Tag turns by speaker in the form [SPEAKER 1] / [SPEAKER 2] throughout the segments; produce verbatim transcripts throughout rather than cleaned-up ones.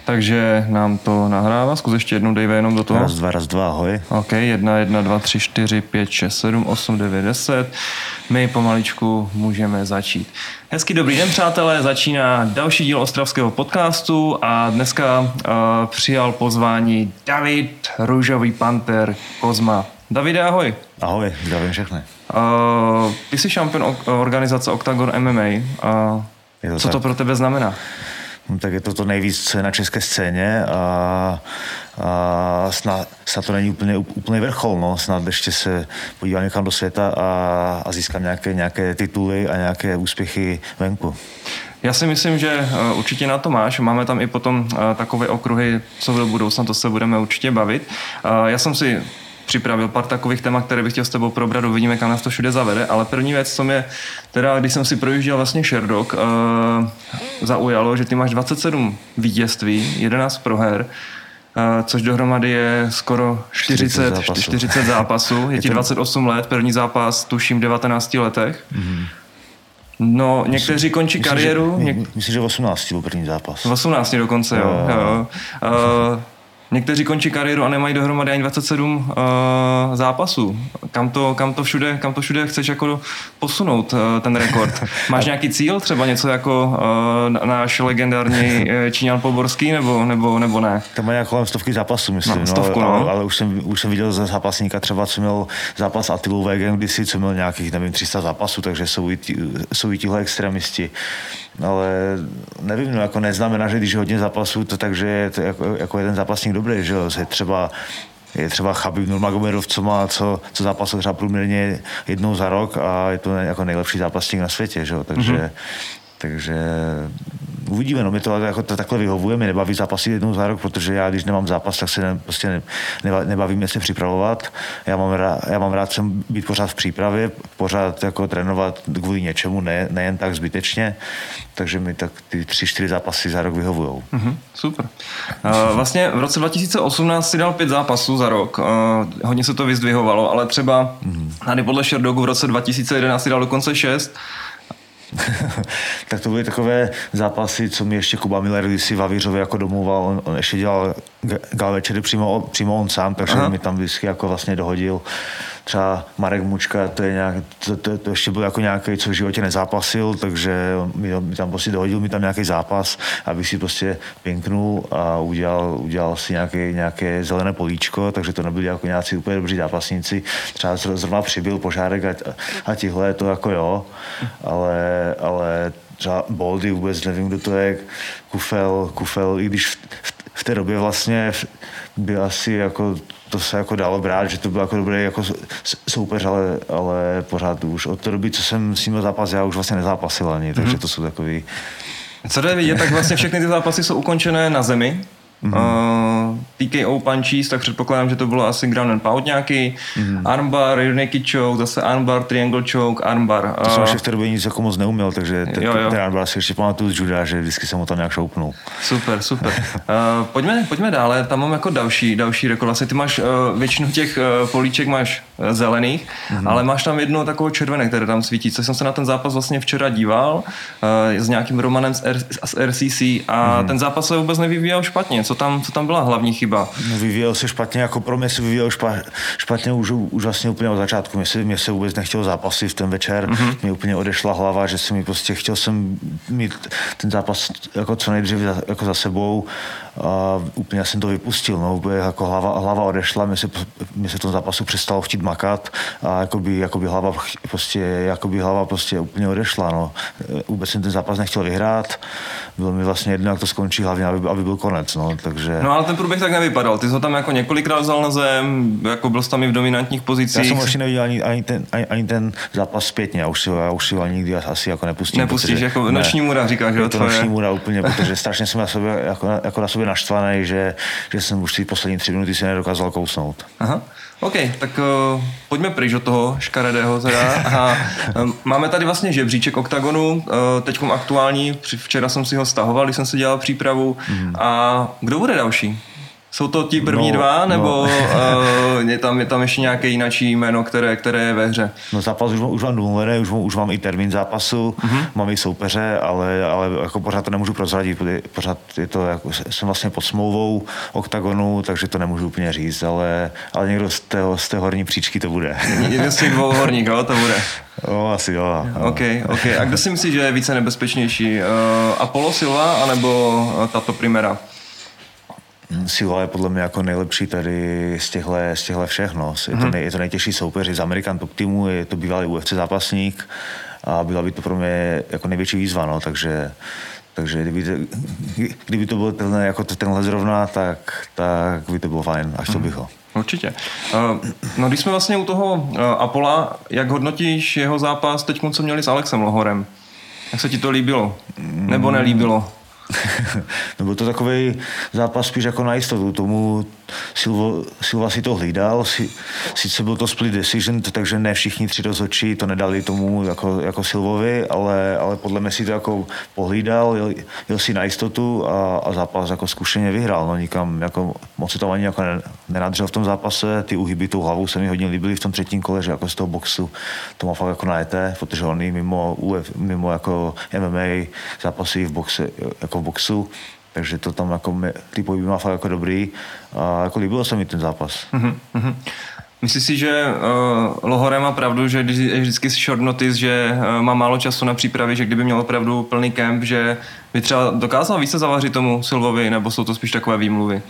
[SPEAKER 1] takže nám to nahrává. Zkus ještě jednou, dejme jenom do toho.
[SPEAKER 2] Raz, dva, raz, dva, ahoj.
[SPEAKER 1] OK, jedna, jedna, dva, tři, čtyři, pět, šest, sedm, osm, devět, deset. My pomaličku můžeme začít. Hezký dobrý den, přátelé, začíná další díl ostravského podcastu a dneska uh, přijal pozvání David Růžový panter Kozma. Davide, ahoj.
[SPEAKER 2] Ahoj, zdravím všechny.
[SPEAKER 1] Uh, ty jsi šampion organizace Octagon M M A. Uh, to co tak. To pro tebe znamená?
[SPEAKER 2] No, tak je to to nejvíc na české scéně a, a snad, snad to není úplně, úplně vrchol, no. Snad ještě se podívám někam do světa a, a získám nějaké, nějaké tituly a nějaké úspěchy venku.
[SPEAKER 1] Já si myslím, že určitě na to máš. Máme tam i potom takové okruhy, co do budoucna, to se budeme určitě bavit. Já jsem si připravil pár takových témat, které bych chtěl s tebou probrat, uvidíme, kam nás to všude zavede, ale první věc, co mě, teda když jsem si projížděl vlastně Sherdog, uh, zaujalo, že ty máš dvacet sedm vítězství, jedenáct proher, uh, což dohromady je skoro čtyřicet, čtyřicet zápasů. čtyřicet zápasů, je ti dvacet osm let, první zápas tuším v devatenácti letech. Mm-hmm. No, někteří končí myslím, kariéru.
[SPEAKER 2] Že, něk... Myslím, že v osmnácti byl první zápas.
[SPEAKER 1] V osmnácti dokonce, jo. jo. jo. Uh, Někteří končí kariéru a nemají dohromady ani dvacet sedm uh, zápasů. Kam to, kam, to všude, kam to všude chceš jako posunout, uh, ten rekord? Máš nějaký cíl? Třeba něco jako uh, náš legendární Číňan Poborský, nebo, nebo, nebo ne?
[SPEAKER 2] To má nějak kolem stovky zápasů, myslím.
[SPEAKER 1] No, stovku,
[SPEAKER 2] no.
[SPEAKER 1] no.
[SPEAKER 2] Ale, ale už, jsem, už jsem viděl za zápasníka třeba, co měl zápas s Attilou Vegem kdysi, co měl nějakých, nevím, tři sta zápasů, takže jsou i, tí, jsou i tihle extremisti. Ale nevím, no, jako neznamená, že když hodně zápasů, to takže je to jako, jako jeden zápasník dobrý, že jo, je třeba je třeba Khabib Nurmagomedov, co má, co, co zápasil třeba průměrně jednou za rok a je to jako nejlepší zápasník na světě, že jo, takže mm-hmm. takže uvidíme, no, mi to jako to takhle vyhovuje, mě nebaví zápasy jednou za rok, protože já, když nemám zápas, tak se ne, prostě ne, nebaví mě se připravovat. Já mám rád, já mám rád sem být pořád v přípravě, pořád jako trénovat kvůli něčemu, ne, nejen tak zbytečně, takže mi tak ty tři, čtyři zápasy za rok vyhovujou.
[SPEAKER 1] Mm-hmm, super. Uh, vlastně v roce dva tisíce osmnáct si dal pět zápasů za rok, uh, hodně se to vyzdvihovalo, ale třeba mm-hmm. tady podle Sherdogu v roce dva tisíce jedenáct si dal dokonce šest.
[SPEAKER 2] Tak to byly takové zápasy, co mi ještě Kuba Miller kdysi v Havířově jako domluval. On, on ještě dělal gal večery přímo, přímo on sám, takže Aha. mi tam vždycky jako vlastně dohodil. Třeba Marek Mučka, to, je nějak, to, to, to ještě byl jako nějaký, co v životě nezápasil, takže mi, mi tam prostě dohodil mi tam nějaký zápas, aby si prostě pěnknul a udělal, udělal si nějaké, nějaké zelené políčko, takže to nebyli jako nějací úplně dobří zápasníci. Třeba zrovna Přibyl, Požárek a, a tihle, to jako jo, ale, ale třeba Boldy vůbec nevím, kdo to je, Kufel, Kufel, i když v, v, v té době vlastně byl asi jako to se jako dalo brát, že to byl jako dobrý jako soupeř, ale, ale pořád už od té doby, co jsem s ním zápas, já už vlastně nezápasil ani, takže mm-hmm. to jsou takový...
[SPEAKER 1] Co jde vidět, tak vlastně všechny ty zápasy jsou ukončené na zemi. Mm-hmm. Uh, T K O punches, tak předpokládám, že to bylo asi ground and pound nějaký, mm-hmm. armbar, rear naked choke, zase armbar, triangle choke, armbar.
[SPEAKER 2] To uh, jsem ještě v té době nic jako moc neuměl, takže ten, jo, jo. ten armbar si ještě pamatuju z juda, že vždycky jsem ho tam nějak šoupnul.
[SPEAKER 1] Super, super. Uh, pojďme, pojďme dále, tam mám jako další, další rekord. Vlastně ty máš uh, většinu těch uh, políček máš uh, zelených, mm-hmm. ale máš tam jedno takovou červené, které tam svítí, což jsem se na ten zápas vlastně včera díval uh, s nějakým Romanem z, R, z R C C a mm-hmm. ten zápas se vůbec nevyvíjel špatně. Co tam, co tam byla hlavní chyba?
[SPEAKER 2] No, vyvíjel se špatně, jako pro mě se vyvíjel špatně už, už vlastně úplně od začátku. Mě se, mě se vůbec nechtělo zápasit v ten večer. Mm-hmm. Mě úplně odešla hlava, že jsem mi prostě chtěl jsem mít ten zápas jako co nejdřív za, jako za sebou a úplně jsem to vypustil. No, úplně jako hlava, hlava odešla, mě se, mě se v tom zápasu přestalo chtít makat a jakoby, jakoby hlava prostě, jakoby hlava prostě úplně odešla. No. Vůbec jsem ten zápas nechtěl vyhrát. Bylo mi vlastně jedno, jak to skončí, hlavně, aby, aby byl konec. No. Takže...
[SPEAKER 1] No ale ten průběh tak nevypadal. Ty jsi ho tam jako několikrát vzal na zem, jako byl jsi tam i v dominantních pozicích.
[SPEAKER 2] Já jsem ještě neviděl ani, ani, ten, ani, ani ten zápas zpětně, já už si ho, já už si ho ani nikdy asi jako nepustím.
[SPEAKER 1] Nepustíš, protože, jako noční můra říkáš, že?
[SPEAKER 2] Je to noční můra úplně, protože strašně jsem na sobě, jako, jako na sobě naštvaný, že, že jsem už ty poslední tři minuty si nedokázal kousnout.
[SPEAKER 1] Aha. OK, tak uh, pojďme pryč od toho škaredého teda. A, um, máme tady vlastně žebříček Octagonu, uh, teďkom aktuální, včera jsem si ho stahoval, když jsem si dělal přípravu. Mm. A kdo bude další? Jsou to ti první no, dva, nebo no. uh, je, tam, je tam ještě nějaké jináčí jméno, které, které je ve hře?
[SPEAKER 2] No zápas už, už mám domluvený, už, už mám i termín zápasu, uh-huh. mám i soupeře, ale, ale jako pořád to nemůžu prozradit, pořád je to, jako, jsem vlastně pod smlouvou Oktagonu, takže to nemůžu úplně říct, ale, ale někdo z, tého, z té horní příčky to bude.
[SPEAKER 1] Jeden z těch dvou horních, jo, to bude.
[SPEAKER 2] No, asi jo.
[SPEAKER 1] OK, OK. A kdo si myslí, že je více nebezpečnější? Uh, Apollo Silva anebo uh, Tato Primera?
[SPEAKER 2] Silva je podle mě jako nejlepší tady z těchto, z těchto všech. No. Je, to nej, je to nejtěžší soupeř z American Top Teamu, je to bývalý U F C zápasník a byla by to pro mě jako největší výzva, no. takže, takže kdyby, to, kdyby to byl tenhle, jako tenhle zrovna, tak, tak by to bylo fajn, až to bych ho.
[SPEAKER 1] Určitě. No když jsme vlastně u toho Apola, jak hodnotíš jeho zápas teď, co měli s Alexem Lohorem? Jak se ti to líbilo? Nebo nelíbilo?
[SPEAKER 2] No byl to takový zápas spíš jako na jistotu. Tomu Silva, Silva si to hlídal, si, sice byl to split decision, takže ne všichni tři rozhodčí to nedali tomu jako, jako Silvovi, ale, ale podle mě si to jako pohlídal, jel, jel si na jistotu a, a zápas jako zkušeně vyhrál. No nikam, jako, moc se tam ani jako nenadřel v tom zápase, ty uhyby tou hlavou se mi hodně líbily v tom třetím kole, že jako z toho boxu to má fakt jako najeté, protože on i mimo, mimo jako M M A zápasy v boxe, jako v boxu, takže to tam jako ty pohyby má fakt jako dobrý a jako líbilo se mi ten zápas.
[SPEAKER 1] Mm-hmm. Myslíš si, že uh, Lohore má pravdu, že je vždycky short notice, že uh, má málo času na přípravy, že kdyby měl opravdu plný kemp, že by třeba dokázal více zavařit tomu Silvovi, nebo jsou to spíš takové výmluvy?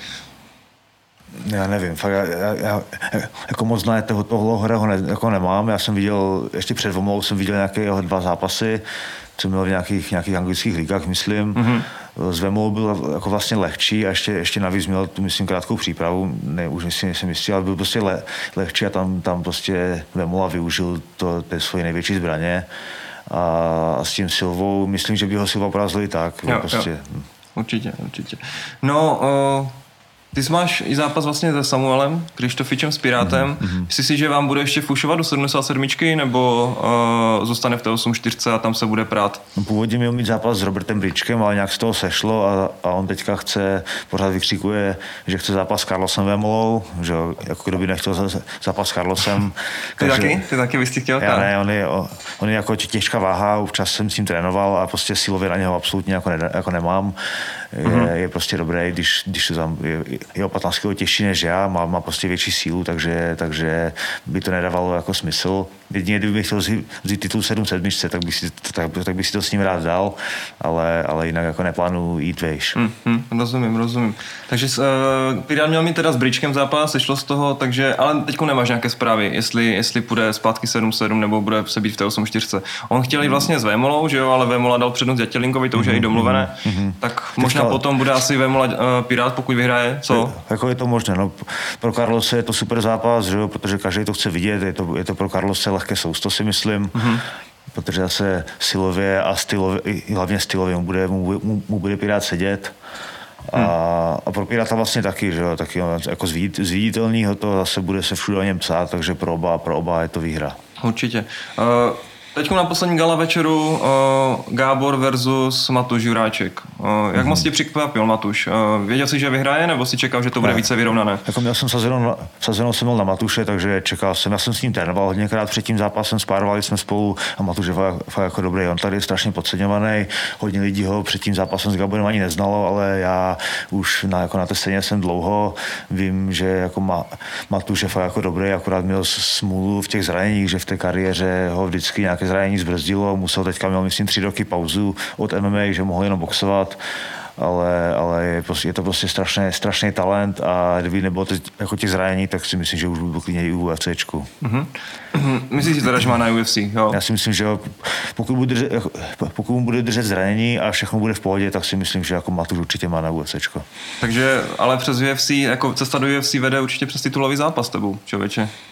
[SPEAKER 2] Já nevím, fakt já, já, já jako moc na toho, toho Lohoreho ne, jako nemám, já jsem viděl, ještě před dvomou jsem viděl nějaké jeho dva zápasy, co měl v nějakých, nějakých anglických ligách, myslím. Mm-hmm. S Vemou byl jako vlastně lehčí a ještě, ještě navíc měl tu, myslím, krátkou přípravu, ne, už si nejsem jistý, ale byl prostě le, lehčí a tam, tam prostě Vemola využil to, té svoje největší zbraně a, a s tím Silvou, myslím, že by ho Silva porazil i tak.
[SPEAKER 1] Jo,
[SPEAKER 2] prostě.
[SPEAKER 1] Jo. Určitě, určitě. No, uh... Ty jsi máš i zápas vlastně se Samuelem Krištofičem s Pirátem. Mm-hmm. Myslíš si, že vám bude ještě fušovat do sedmdesát sedm nebo uh, zůstane v té osm čtyři a tam se bude prát?
[SPEAKER 2] No, původně měl mít zápas s Robertem Bridgkem, ale nějak z toho sešlo a, a on teďka chce, pořád vykřikuje, že chce zápas s Carlosem Vémolou, že jako kdo by nechtěl zápas s Carlosem.
[SPEAKER 1] Ty takže, taky? Ty taky bys ti chtěl?
[SPEAKER 2] Já ne, on je, on je jako těžká váha, občas jsem s ním trénoval a prostě silově na něho absolutně jako, ne, jako nemám. Je, mm-hmm. je prostě dobrý, když, když se tam je, je o patnáct kilogramů těžší než já, má, má prostě větší sílu, takže, takže by to nedávalo jako smysl. Jedině, kdyby chtěl vzít, vzít titul sedm sedmičce, tak by si, tak, tak by si to s ním rád dal, ale, ale jinak jako neplánuji jít vejš.
[SPEAKER 1] Hmm, hmm, rozumím, rozumím. Takže uh, Pirát měl mít teda s Bridgkem zápas, sešlo z toho, takže, ale teďko nemáš nějaké zprávy, jestli, jestli půjde zpátky sedm sedm nebo bude se být v té osm čtyři. On chtěl jít vlastně s Vémolou, že jo, ale Vémola dal přednost Jatělinkovi, to už je i domluvené, mm-hmm. tak možná Teďka... potom bude asi Vémola uh, Pirát, pokud vyhraje, co?
[SPEAKER 2] Je, jako je to možné, no. Pro Carlose je to super zápas, že jo, protože každý to chce vidět, je to, je to pro Carlose lehké sousto, si myslím. Mm-hmm. Protože zase silově a stylově, hlavně stylově mu bude, mu, mu, mu bude Pirát sedět. A, hmm. a pro Piráta vlastně taky, že jo, taky jako zviditelného to zase bude se všude o něm psát, takže pro oba, pro oba je to výhra.
[SPEAKER 1] Určitě. Uh... Teď na poslední gala večeru uh, Gábor versus Matuš Juráček. Uh, jak mm-hmm. moc tě překvapil Matuš? Uh, věděl jsi, že vyhraje, nebo si čekal, že to bude ne. více vyrovnané?
[SPEAKER 2] Jako měl jsem sazenou, sazenou jsem měl na Matuše, takže čekal jsem. Já jsem s ním trénoval hodněkrát před tím zápasem, spárovali jsme spolu a Matuš je fakt, fakt jako dobrý. On tady je strašně podceňovaný, hodně lidí ho před tím zápasem s Gáborem ani neznalo, ale já už na, jako na té scéně jsem dlouho, vím, že jako ma, Matuš je fakt jako dobrý, akorát měl smůlu v těch zraněních, že v té kariéře ho vždycky nějaké zranění zbrzdilo, musel teďka měl myslím tři roky pauzu od M M A, že mohl jenom boxovat, ale, ale je, prostě, je to prostě strašný, strašný talent a kdyby nebylo teď, jako těch zranění, tak si myslím, že už by byl klidně i u UFCčku.
[SPEAKER 1] Mm-hmm. Myslíš si teda, že má na U F C? Jo?
[SPEAKER 2] Já si myslím, že jo, pokud bude, držet, pokud mu bude držet zranění a všechno bude v pohodě, tak si myslím, že jako Matuš určitě má na UFCčko.
[SPEAKER 1] Takže, ale přes U F C, jako cesta do U F C vede určitě přes titulový zápas tebou, člověče.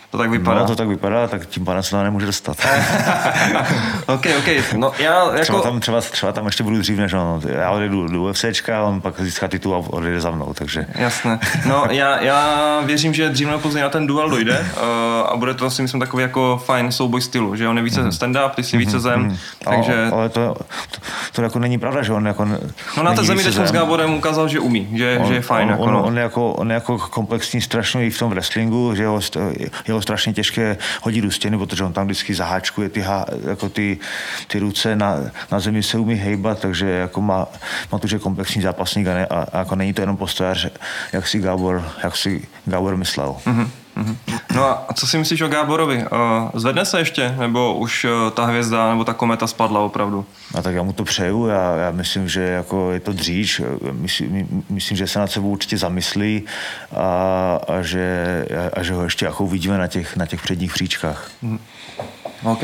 [SPEAKER 1] To tak vypadá.
[SPEAKER 2] No, to tak vypadá, tak tím pádem se tam nemůže dostat.
[SPEAKER 1] ok, ok. No, já jako...
[SPEAKER 2] třeba, tam, třeba, třeba tam ještě budu dřív než on. Já odjedu do UFCčka a on pak získá titul a odjede za mnou, takže...
[SPEAKER 1] Jasné. No, já, já věřím, že dřív nebo později na ten duel dojde uh, a bude to asi, myslím, takový jako fajn souboj stylu, že on je více mm. stand-up, ty si více zem, mm. takže...
[SPEAKER 2] Ale, ale to, to, to jako není pravda, že on jako...
[SPEAKER 1] No na té zemi teď s Gáborem ukázal, že umí, že,
[SPEAKER 2] on,
[SPEAKER 1] že je fajn.
[SPEAKER 2] On,
[SPEAKER 1] jako,
[SPEAKER 2] on,
[SPEAKER 1] no.
[SPEAKER 2] on, je jako, on je jako komplexní strašně i v tom wrestlingu, že jeho, jeho strašně těžké hodit do stěny, protože on tam vždycky zaháčkuje ty, jako ty, ty ruce, na, na zemi se umí hejbat, takže jako má, má tu, že komplexní zápasník a, ne, a, a jako není to jenom postojář, jak si Gábor, jak si Gábor myslel.
[SPEAKER 1] Mm-hmm. No a co si myslíš o Gáborovi? Zvedne se ještě? Nebo už ta hvězda nebo ta kometa spadla opravdu?
[SPEAKER 2] A tak já mu to přeju. Já, já myslím, že jako je to dříč. Myslím, myslím, že se nad sebou určitě zamyslí a, a, že, a že ho ještě jako uvidíme na těch, na těch předních příčkách.
[SPEAKER 1] Mm. OK.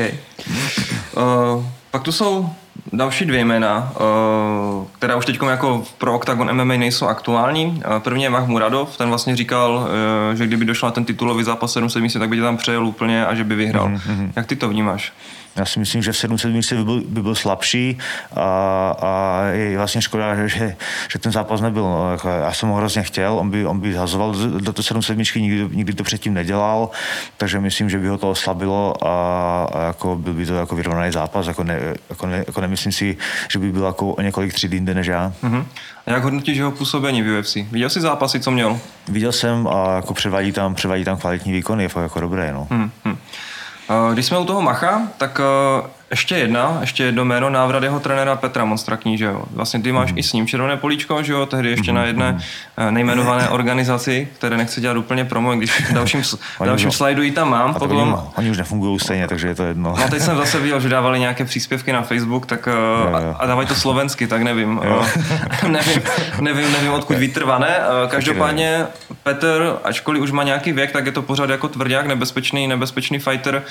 [SPEAKER 1] Uh, pak tu jsou další dvě jména, uh, která už teď jako pro Octagon M M A nejsou aktuální. Uh, první je Makhmuradov, ten vlastně říkal, uh, že kdyby došel na ten titulový zápas sedm set místě, tak by tě tam přejel úplně a že by vyhrál. Mm-hmm. Jak ty to vnímáš?
[SPEAKER 2] Já si myslím, že v sedm set místě by byl, by byl slabší a, a je vlastně škoda, že, že ten zápas nebyl. No. Já jsem ho hrozně chtěl, on by, on by zhazoval do, do té sedm set míčky, nikdy, nikdy to předtím nedělal, takže myslím, že by ho to oslabilo a, a jako byl by to jako vyrovnaný zápas. Jako, ne, jako, ne, jako nemyslím si, že by byl jako o několik tříd jinde než já.
[SPEAKER 1] Mm-hmm. A jak hodnotíš jeho působení v U F C? Viděl jsi zápasy, co měl?
[SPEAKER 2] Viděl jsem a jako předvádí tam, předvádí tam kvalitní výkon, je fakt jako dobré. No.
[SPEAKER 1] Mm-hmm. Když jsme u toho Macha, tak ještě jedna, ještě jedno jméno, návrat jeho trenéra Petra Monstra Kníže. Jo. Vlastně ty máš mm. i s ním červené políčko, že jo, tehdy ještě mm. na jedné nejmenované organizaci, které nechci dělat úplně promo, když v dalším, dalším slajdu ji tam mám.
[SPEAKER 2] Potom... Oni, oni už nefungují stejně, takže je to jedno.
[SPEAKER 1] No teď jsem zase viděl, že dávali nějaké příspěvky na Facebook, tak jo, jo. A, a dávají to slovensky, tak nevím. nevím, nevím, nevím, odkud vytrvané. Každopádně Petr, ačkoliv už má nějaký věk, tak je to pořád jako tvrdák, nebezpečný, nebezpečný fighter.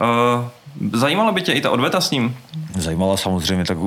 [SPEAKER 1] Zajímalo by tě i ta odveta s ním?
[SPEAKER 2] Zajímalo samozřejmě, tak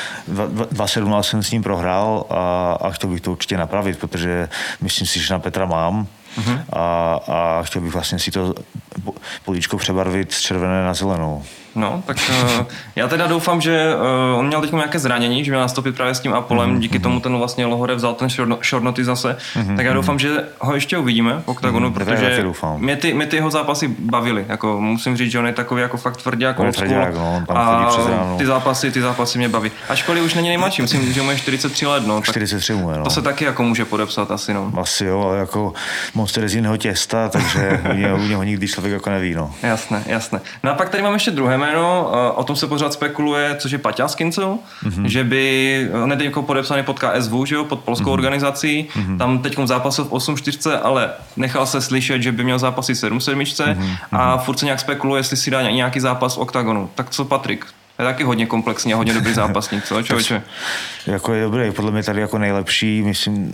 [SPEAKER 2] dva sedmnáct jsem s ním prohrál a, a chtěl bych to určitě napravit, protože myslím si, že na Petra mám. Uh-huh. A, a chtěl bych vlastně si to políčko přebarvit z červené na zelenou.
[SPEAKER 1] No, tak uh, já teda doufám, že uh, on měl teď nějaké zranění, že měl nastoupit právě s tím Apolem, mm-hmm. díky tomu ten vlastně Lohore vzal ten short noty zase, mm-hmm. tak já doufám, že ho ještě uvidíme v Octagonu, mm, protože mě ty, mě ty jeho zápasy bavily, jako musím říct, že on je takový jako fakt tvrdák, old school, no, a ty zápasy, ty zápasy mě baví. Ačkoliv už není nejmladší, myslím, že mu je čtyřicet tři let, no, tak
[SPEAKER 2] čtyřicet tři mu je, no.
[SPEAKER 1] To se taky jako může podepsat asi, no.
[SPEAKER 2] Asi jo, ale jako monster je z jiného těsta, takže u něho nikdy člověk jako neví, no.
[SPEAKER 1] Jasné, jasné. No a pak tady mám ještě druhé jméno, o tom se pořád spekuluje, což je Paťa Skincl, mm-hmm. že by, on je teď jako podepsaný pod K S V, že jo, pod polskou mm-hmm. organizací, mm-hmm. tam teď zápasil v osm čtyři, ale nechal se slyšet, že by měl zápasy sedm sedm mm-hmm. a furt se nějak spekuluje, jestli si dá nějaký zápas v Octagonu. Tak co Patrik? Je taky hodně komplexní a hodně dobrý zápasník, co člověče?
[SPEAKER 2] Jako je dobrý, podle mě tady jako nejlepší, myslím,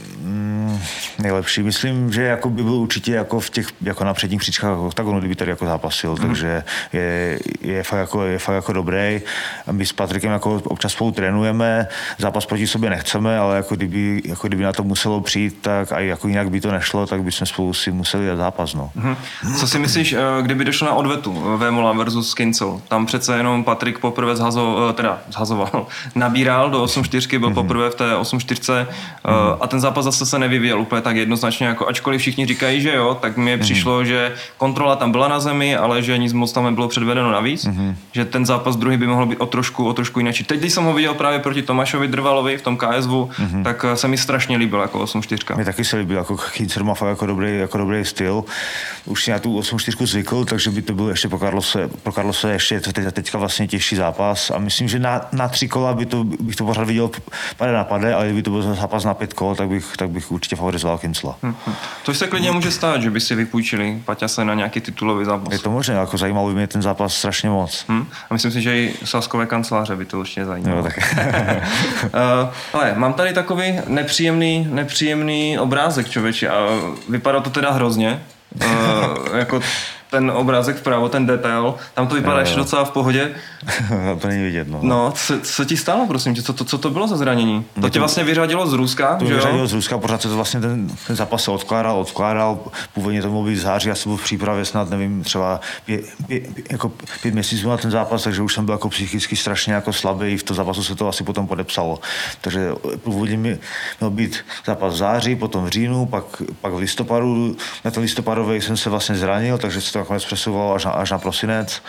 [SPEAKER 2] mm, nejlepší, myslím, že jako by byl určitě jako v těch, jako na předních příčkách Octagonu, kdyby tady jako zápasil, mm. takže je, je, fakt jako, je fakt jako dobrý. My s Patrikem jako občas spolu trénujeme, zápas proti sobě nechceme, ale jako kdyby, jako kdyby na to muselo přijít, tak a jako jinak by to nešlo, tak bychom spolu si museli dát zápas, no. Mm.
[SPEAKER 1] Co si myslíš, kdyby došlo na odvetu Vémola versus Skincl? Tam přece jenom Patrik poprvé zhazoval, teda zhazoval, nabíral do osm čtyři, byl mm-hmm. poprvé v té osm čtyři mm-hmm. a ten zápas zase se nevyvíjel úplně tak jednoznačně, jako ačkoliv všichni říkají, že jo, tak mi mm-hmm. přišlo, že kontrola tam byla na zemi, ale že nic moc tam nebylo předvedeno navíc, mm-hmm. že ten zápas druhý by mohl být o trošku, o trošku jinak. Teď, když jsem ho viděl právě proti Tomášovi Drvalovi v tom K S V, mm-hmm. tak se mi strašně líbil jako osm čtyři.
[SPEAKER 2] Mě taky se líbil, jako Kincl má fakt jako dobrý, jako dobrý styl. Už si na tu osm čtyři zvykl, takže by to bylo ještě pro Carlose, pro Carlose ještě teď, teďka vlastně těžší zápas a myslím, že na, na tři kola by to, bych to pořád viděl pade na pade, ale kdyby to byl zápas na pět kol, tak bych, tak bych určitě favorizoval Kincla.
[SPEAKER 1] Hmm. To se klidně může stát, že by si vypůjčili Paťase na nějaký titulový zápas.
[SPEAKER 2] Je to možné, jako zajímalo by mě ten zápas strašně moc.
[SPEAKER 1] Hmm. A myslím si, že i Saskové kanceláře by to určitě zajímalo.
[SPEAKER 2] Jo, tak.
[SPEAKER 1] uh, ale mám tady takový nepříjemný, nepříjemný obrázek, člověče, a vypadá to teda hrozně. Uh, jako ten obrázek vpravo, ten detail, tam to vypadá ještě docela v pohodě.
[SPEAKER 2] To není vidět, no.
[SPEAKER 1] No, co, co ti stalo, prosím tě, co to, co to bylo za zranění? To, to tě vlastně vyřadilo z Ruska,
[SPEAKER 2] to
[SPEAKER 1] že jo?
[SPEAKER 2] vyřadilo z Ruska, pořád se to vlastně ten, ten zápas se odkládal, odkládal, původně to mohlo být v září, já jsem byl v přípravě snad, nevím, třeba pě, pě, jako pět měsíců na ten zápas, takže už jsem byl jako psychicky strašně jako slabý, v tom zápasu se to asi potom podepsalo. Takže původně mi měl být zápas v září, potom v říjnu, pak, pak v listopadu, na ten listopadový jsem se vlastně zranil, takže se to nakonec přesouvalo až na, až na prosinec.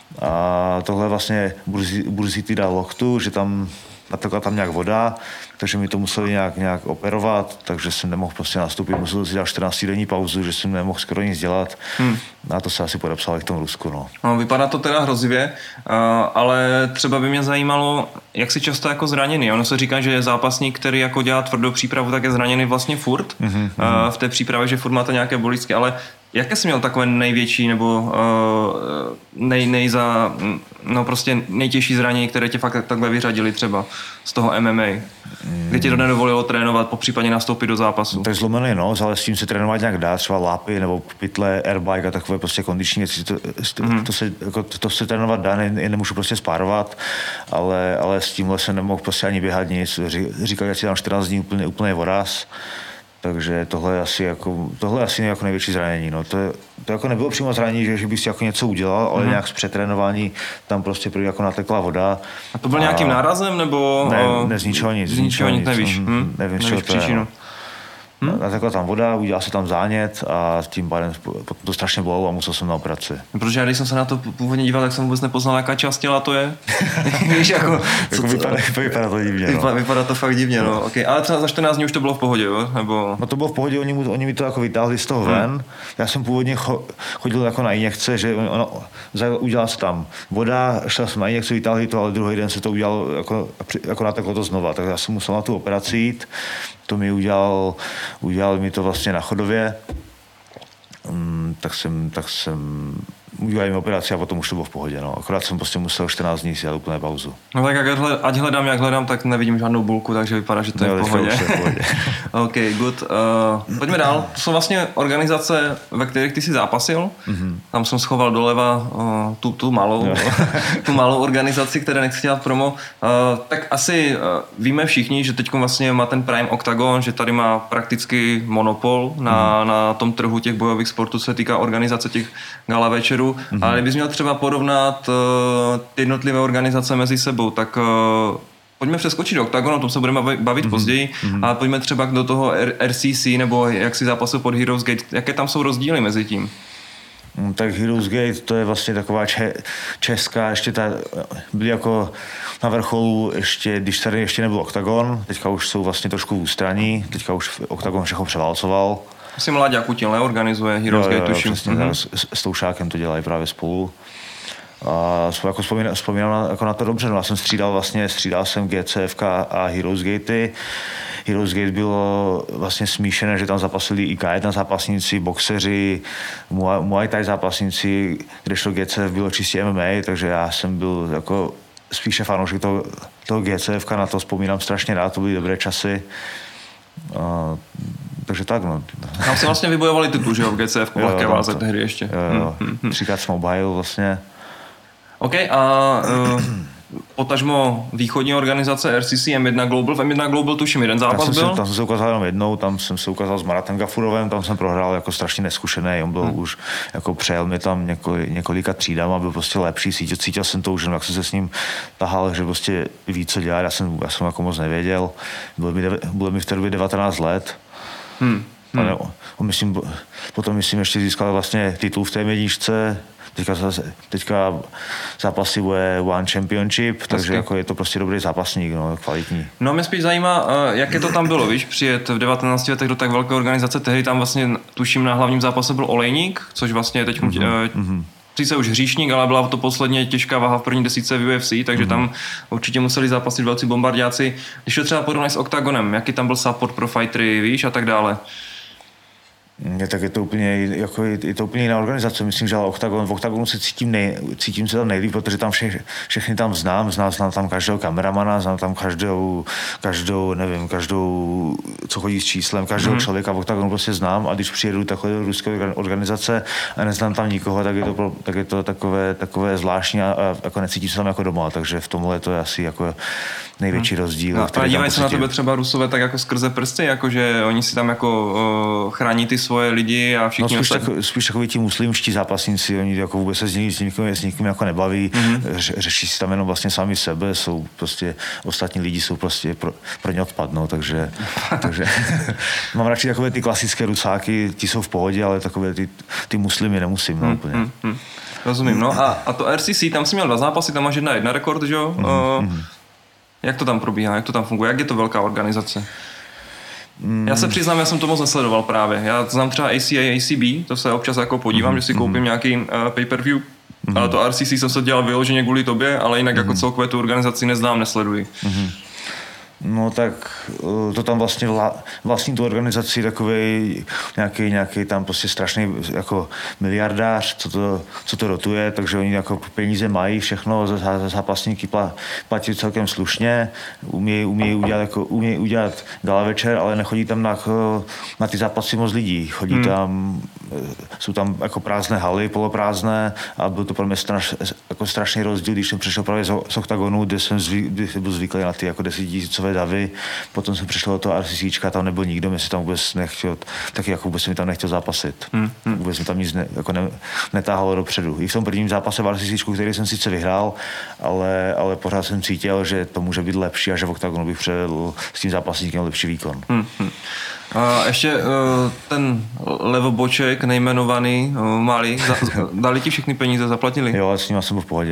[SPEAKER 2] A tohle vlastně burzity dal loktu, že tam natekla tam nějak voda, takže mi to museli nějak, nějak operovat, takže jsem nemohl prostě nastoupit, musel si dát čtrnáctidenní pauzu, že jsem nemohl skoro nic dělat. Hmm. A to se asi podepsalo i v tom Rusku. No.
[SPEAKER 1] No, vypadá to teda hrozivě, ale třeba by mě zajímalo, jak si často jako zraněný. Ono se říká, že je zápasník, který jako dělá tvrdou přípravu, tak je zraněný vlastně furt mm-hmm. v té přípravě, že furt máte nějaké bolístky, ale jaké jsi měl takové největší nebo uh, nej, nejza, no prostě nejtěžší zranění, které tě fakt takhle vyřadili třeba z toho M M A? Mm. Kdy ti to nedovolilo trénovat, popřípadě nastoupit do zápasu?
[SPEAKER 2] Tak zlomený nos, ale s tím se trénovat nějak dá, třeba lápy nebo pytle, airbike a takové prostě kondiční věci, to, to, mm. to, se, jako, to se trénovat dá, ne, nemůžu prostě spárovat, ale, ale s tímhle jsem nemohl prostě ani běhat nic, říkali, že si tam čtrnáct dní úplně, úplně voraz. Takže tohle je asi jako, tohle je asi jako největší zranění. No. To, to jako nebylo přímo zranění, že, že bys jako něco udělal, ale mm. nějak z přetrénování tam prostě prý jako natekla voda.
[SPEAKER 1] A to byl a... nějakým nárazem, nebo?
[SPEAKER 2] Ne, ne z ničeho nic.
[SPEAKER 1] Z ničeho nic, nevíš.
[SPEAKER 2] Hm? Nevím, z čeho to je. No. Hmm? Natekla tam voda, udělal se tam zánět a tím pádem potom to strašně bolelo a musel jsem na operaci.
[SPEAKER 1] Protože já když jsem se na to původně díval, tak jsem vůbec nepoznal, jaká část těla to je. Víš, jako,
[SPEAKER 2] co, jako vypadá, vypadá to divně.
[SPEAKER 1] Vypadá, no. vypadá to fakt divně, no. Okay. Ale třeba za čtrnáct dní už to bylo v pohodě, jo? Nebo...
[SPEAKER 2] No to bylo v pohodě, oni, oni mi to jako vytáhli z toho hmm. ven. Já jsem původně chodil jako na injekce, že ono, udělal se tam voda, šel jsem na injekce, vytáhli to, ale druhý den se to udělalo, jako, jako nateklo to znova. Tak já jsem musel na tu operaci jít. To mi udělal, udělal mi to vlastně na Chodově, um, tak jsem, tak jsem udělal mi operaci a potom už to bylo v pohodě. No. Akorát jsem prostě musel čtrnáct dní si dát úplně pauzu.
[SPEAKER 1] No tak jak hled, ať hledám, jak hledám, tak nevidím žádnou bulku, takže vypadá, že to je no, v pohodě.
[SPEAKER 2] v pohodě.
[SPEAKER 1] OK, good. Uh, pojďme dál. To jsou vlastně organizace, ve kterých ty jsi zápasil. Mm-hmm. Tam jsem schoval doleva uh, tu, tu, malou, no. tu malou organizaci, které nechci dělat promo. Uh, tak asi uh, víme všichni, že teď vlastně má ten Prime Octagon, že tady má prakticky monopol na, mm. na tom trhu těch bojových sportů, co se týká organizace těch gala večerů. Mm-hmm. Ale kdybys měl třeba porovnat uh, ty jednotlivé organizace mezi sebou, tak uh, pojďme přeskočit do Octagonu, o tom se budeme bavit mm-hmm. později, mm-hmm. a pojďme třeba do toho R C C, nebo jak si zápasil pod Heroes Gate. Jaké tam jsou rozdíly mezi tím?
[SPEAKER 2] Mm, tak Heroes Gate to je vlastně taková če- česká, ještě ta, byli jako na vrcholu, ještě, když tady ještě nebyl Octagon, teďka už jsou vlastně trošku v ústraní, teďka už Octagon všechno převálcoval.
[SPEAKER 1] Asi Mláďa Kutil neorganizuje Heroes Gate, tuším.
[SPEAKER 2] Přesně, mm-hmm. s, s Toušákem to dělají právě spolu. A jako vzpomínám, vzpomínám na, jako na to dobře, no já jsem střídal vlastně, střídal jsem G C F K a Heroes Gatey. Heroes Gate bylo vlastně smíšené, že tam zapasili i K jedna zápasníci, boxeři, Muay Thai zápasníci, kdežto G C F bylo čistě M M A, takže já jsem byl jako spíše fanoušek toho, toho G C F K, na to vzpomínám strašně rád, to byly dobré časy. A, takže tak, no.
[SPEAKER 1] Tam se vlastně vybojovali titul, že jo, v G C F ku, lehké váze tehdy ještě.
[SPEAKER 2] Jo, jo. Hmm, hmm. Třikrát jsem obhájil vlastně.
[SPEAKER 1] OK, a uh, potažmo východní organizace R C C M jedna Global, v M jedna Global tuším jeden zápas
[SPEAKER 2] tam
[SPEAKER 1] byl?
[SPEAKER 2] Se, tam jsem se ukázal jenom jednou, tam jsem se ukázal s Maratem Gafurovem, tam jsem prohrál jako strašně neskušený, on byl hmm. už, jako přejel mi tam několik, několika třídama, byl prostě lepší, cítil, cítil jsem to už, jak jsem se s ním tahal, že prostě ví, co dělat, já jsem, já jsem jako moc nevěděl, bylo mi, bylo mi v té době devatenáct let. Hmm. Hmm. Ne, on myslím, potom myslím ještě získal vlastně titul v té jedničce, teďka, teďka zápasy bude One Championship, Hezky. Takže jako je to prostě dobrý zápasník, no, kvalitní.
[SPEAKER 1] No mě spíš zajímá, jaké to tam bylo, víš, přijet v devatenácti letech do tak velké organizace, tehdy tam vlastně tuším na hlavním zápase byl Olejník, což vlastně teď mm-hmm. uh, sice už hříšník, ale byla to posledně těžká váha v první desítce v U F C, takže mm-hmm. tam určitě museli zápasit velcí bombardáci. Když to třeba porovnáš s Octagonem, jaký tam byl support pro fightery, víš, a tak dále.
[SPEAKER 2] Je, tak je to úplně, jako je, je to úplně jiná organizace. Myslím, že ale Octagon, v Octagonu se cítím, nej, cítím se tam nejlíp, protože tam vše, všechny tam znám, znám, znám tam každého kameramana, znám tam každou, každou, nevím, každou, co chodí s číslem, každého mm-hmm. člověka v Octagonu prostě znám a když přijedu takové ruské organizace a neznám tam nikoho, tak je to, tak je to takové, takové zvláštní a, a jako necítím se tam jako doma, takže v tomhle to je asi jako největší hmm. rozdíl.
[SPEAKER 1] No, ale dívají se na tebe třeba Rusové tak jako skrze prsty, jakože oni si tam jako uh, chrání ty svoje lidi a všichni...
[SPEAKER 2] No spíš, tak, spíš takový ti muslimští zápasníci, oni jako vůbec se s nimi, s nikým, s nikým jako nebaví, mm-hmm. Ře, řeší si tam jenom vlastně sami sebe, jsou prostě, ostatní lidi jsou prostě pro, pro ně odpadnou, takže, takže mám radši takové ty klasické Rusáky, ti jsou v pohodě, ale takové ty, ty muslimy nemusím, no, úplně.
[SPEAKER 1] Mm-hmm. Rozumím, no a, a to R C C, tam jsi měl dva zápasy, tam máš jedna jedna rekord, že jo? Mm-hmm. Uh, jak to tam probíhá, jak to tam funguje, jak je to velká organizace? Mm. Já se přiznám, já jsem to moc nesledoval právě. Já znám třeba A C A, A C B, to se občas jako podívám, mm. že si koupím mm. nějaký uh, pay-per-view, mm. ale to R C C jsem se dělal vyloženě kvůli tobě, ale jinak mm. jako celkové tu organizaci neznám, nesleduji. Mm.
[SPEAKER 2] No tak to tam vlastně vla, vlastní tu organizaci takovej nějaký, nějaký tam prostě strašný jako miliardář, co to, co to rotuje, takže oni jako peníze mají všechno, za zápasníky platí celkem slušně, umějí, umějí udělat, jako, umějí udělat gala večer, ale nechodí tam na, na ty zápasy moc lidí, chodí hmm. tam, jsou tam jako prázdné haly, poloprázdné a byl to pro mě straš, jako strašný rozdíl, když jsem přišel právě z Octagonu, kde jsem, zvy, kde jsem byl zvyklý na ty jako desetitisícové davy, potom jsem přišel do toho RCCčka, tam nebyl nikdo, mě si tam vůbec nechtěl, taky jako vůbec mi tam nechtěl zápasit. Hmm, hmm. Vůbec mi tam nic ne, jako ne, netáhalo dopředu. I v tom prvním zápase v RCCčku, který jsem sice vyhrál, ale, ale pořád jsem cítil, že to může být lepší a že v Octagonu bych předvedl s tím zápasníkem lepší výkon. Hmm, hmm.
[SPEAKER 1] A ještě uh, ten levoboček nejmenovaný uh, Mali, za, dali ti všechny peníze, zaplatili?
[SPEAKER 2] Jo, s ním jsem byl v pohodě.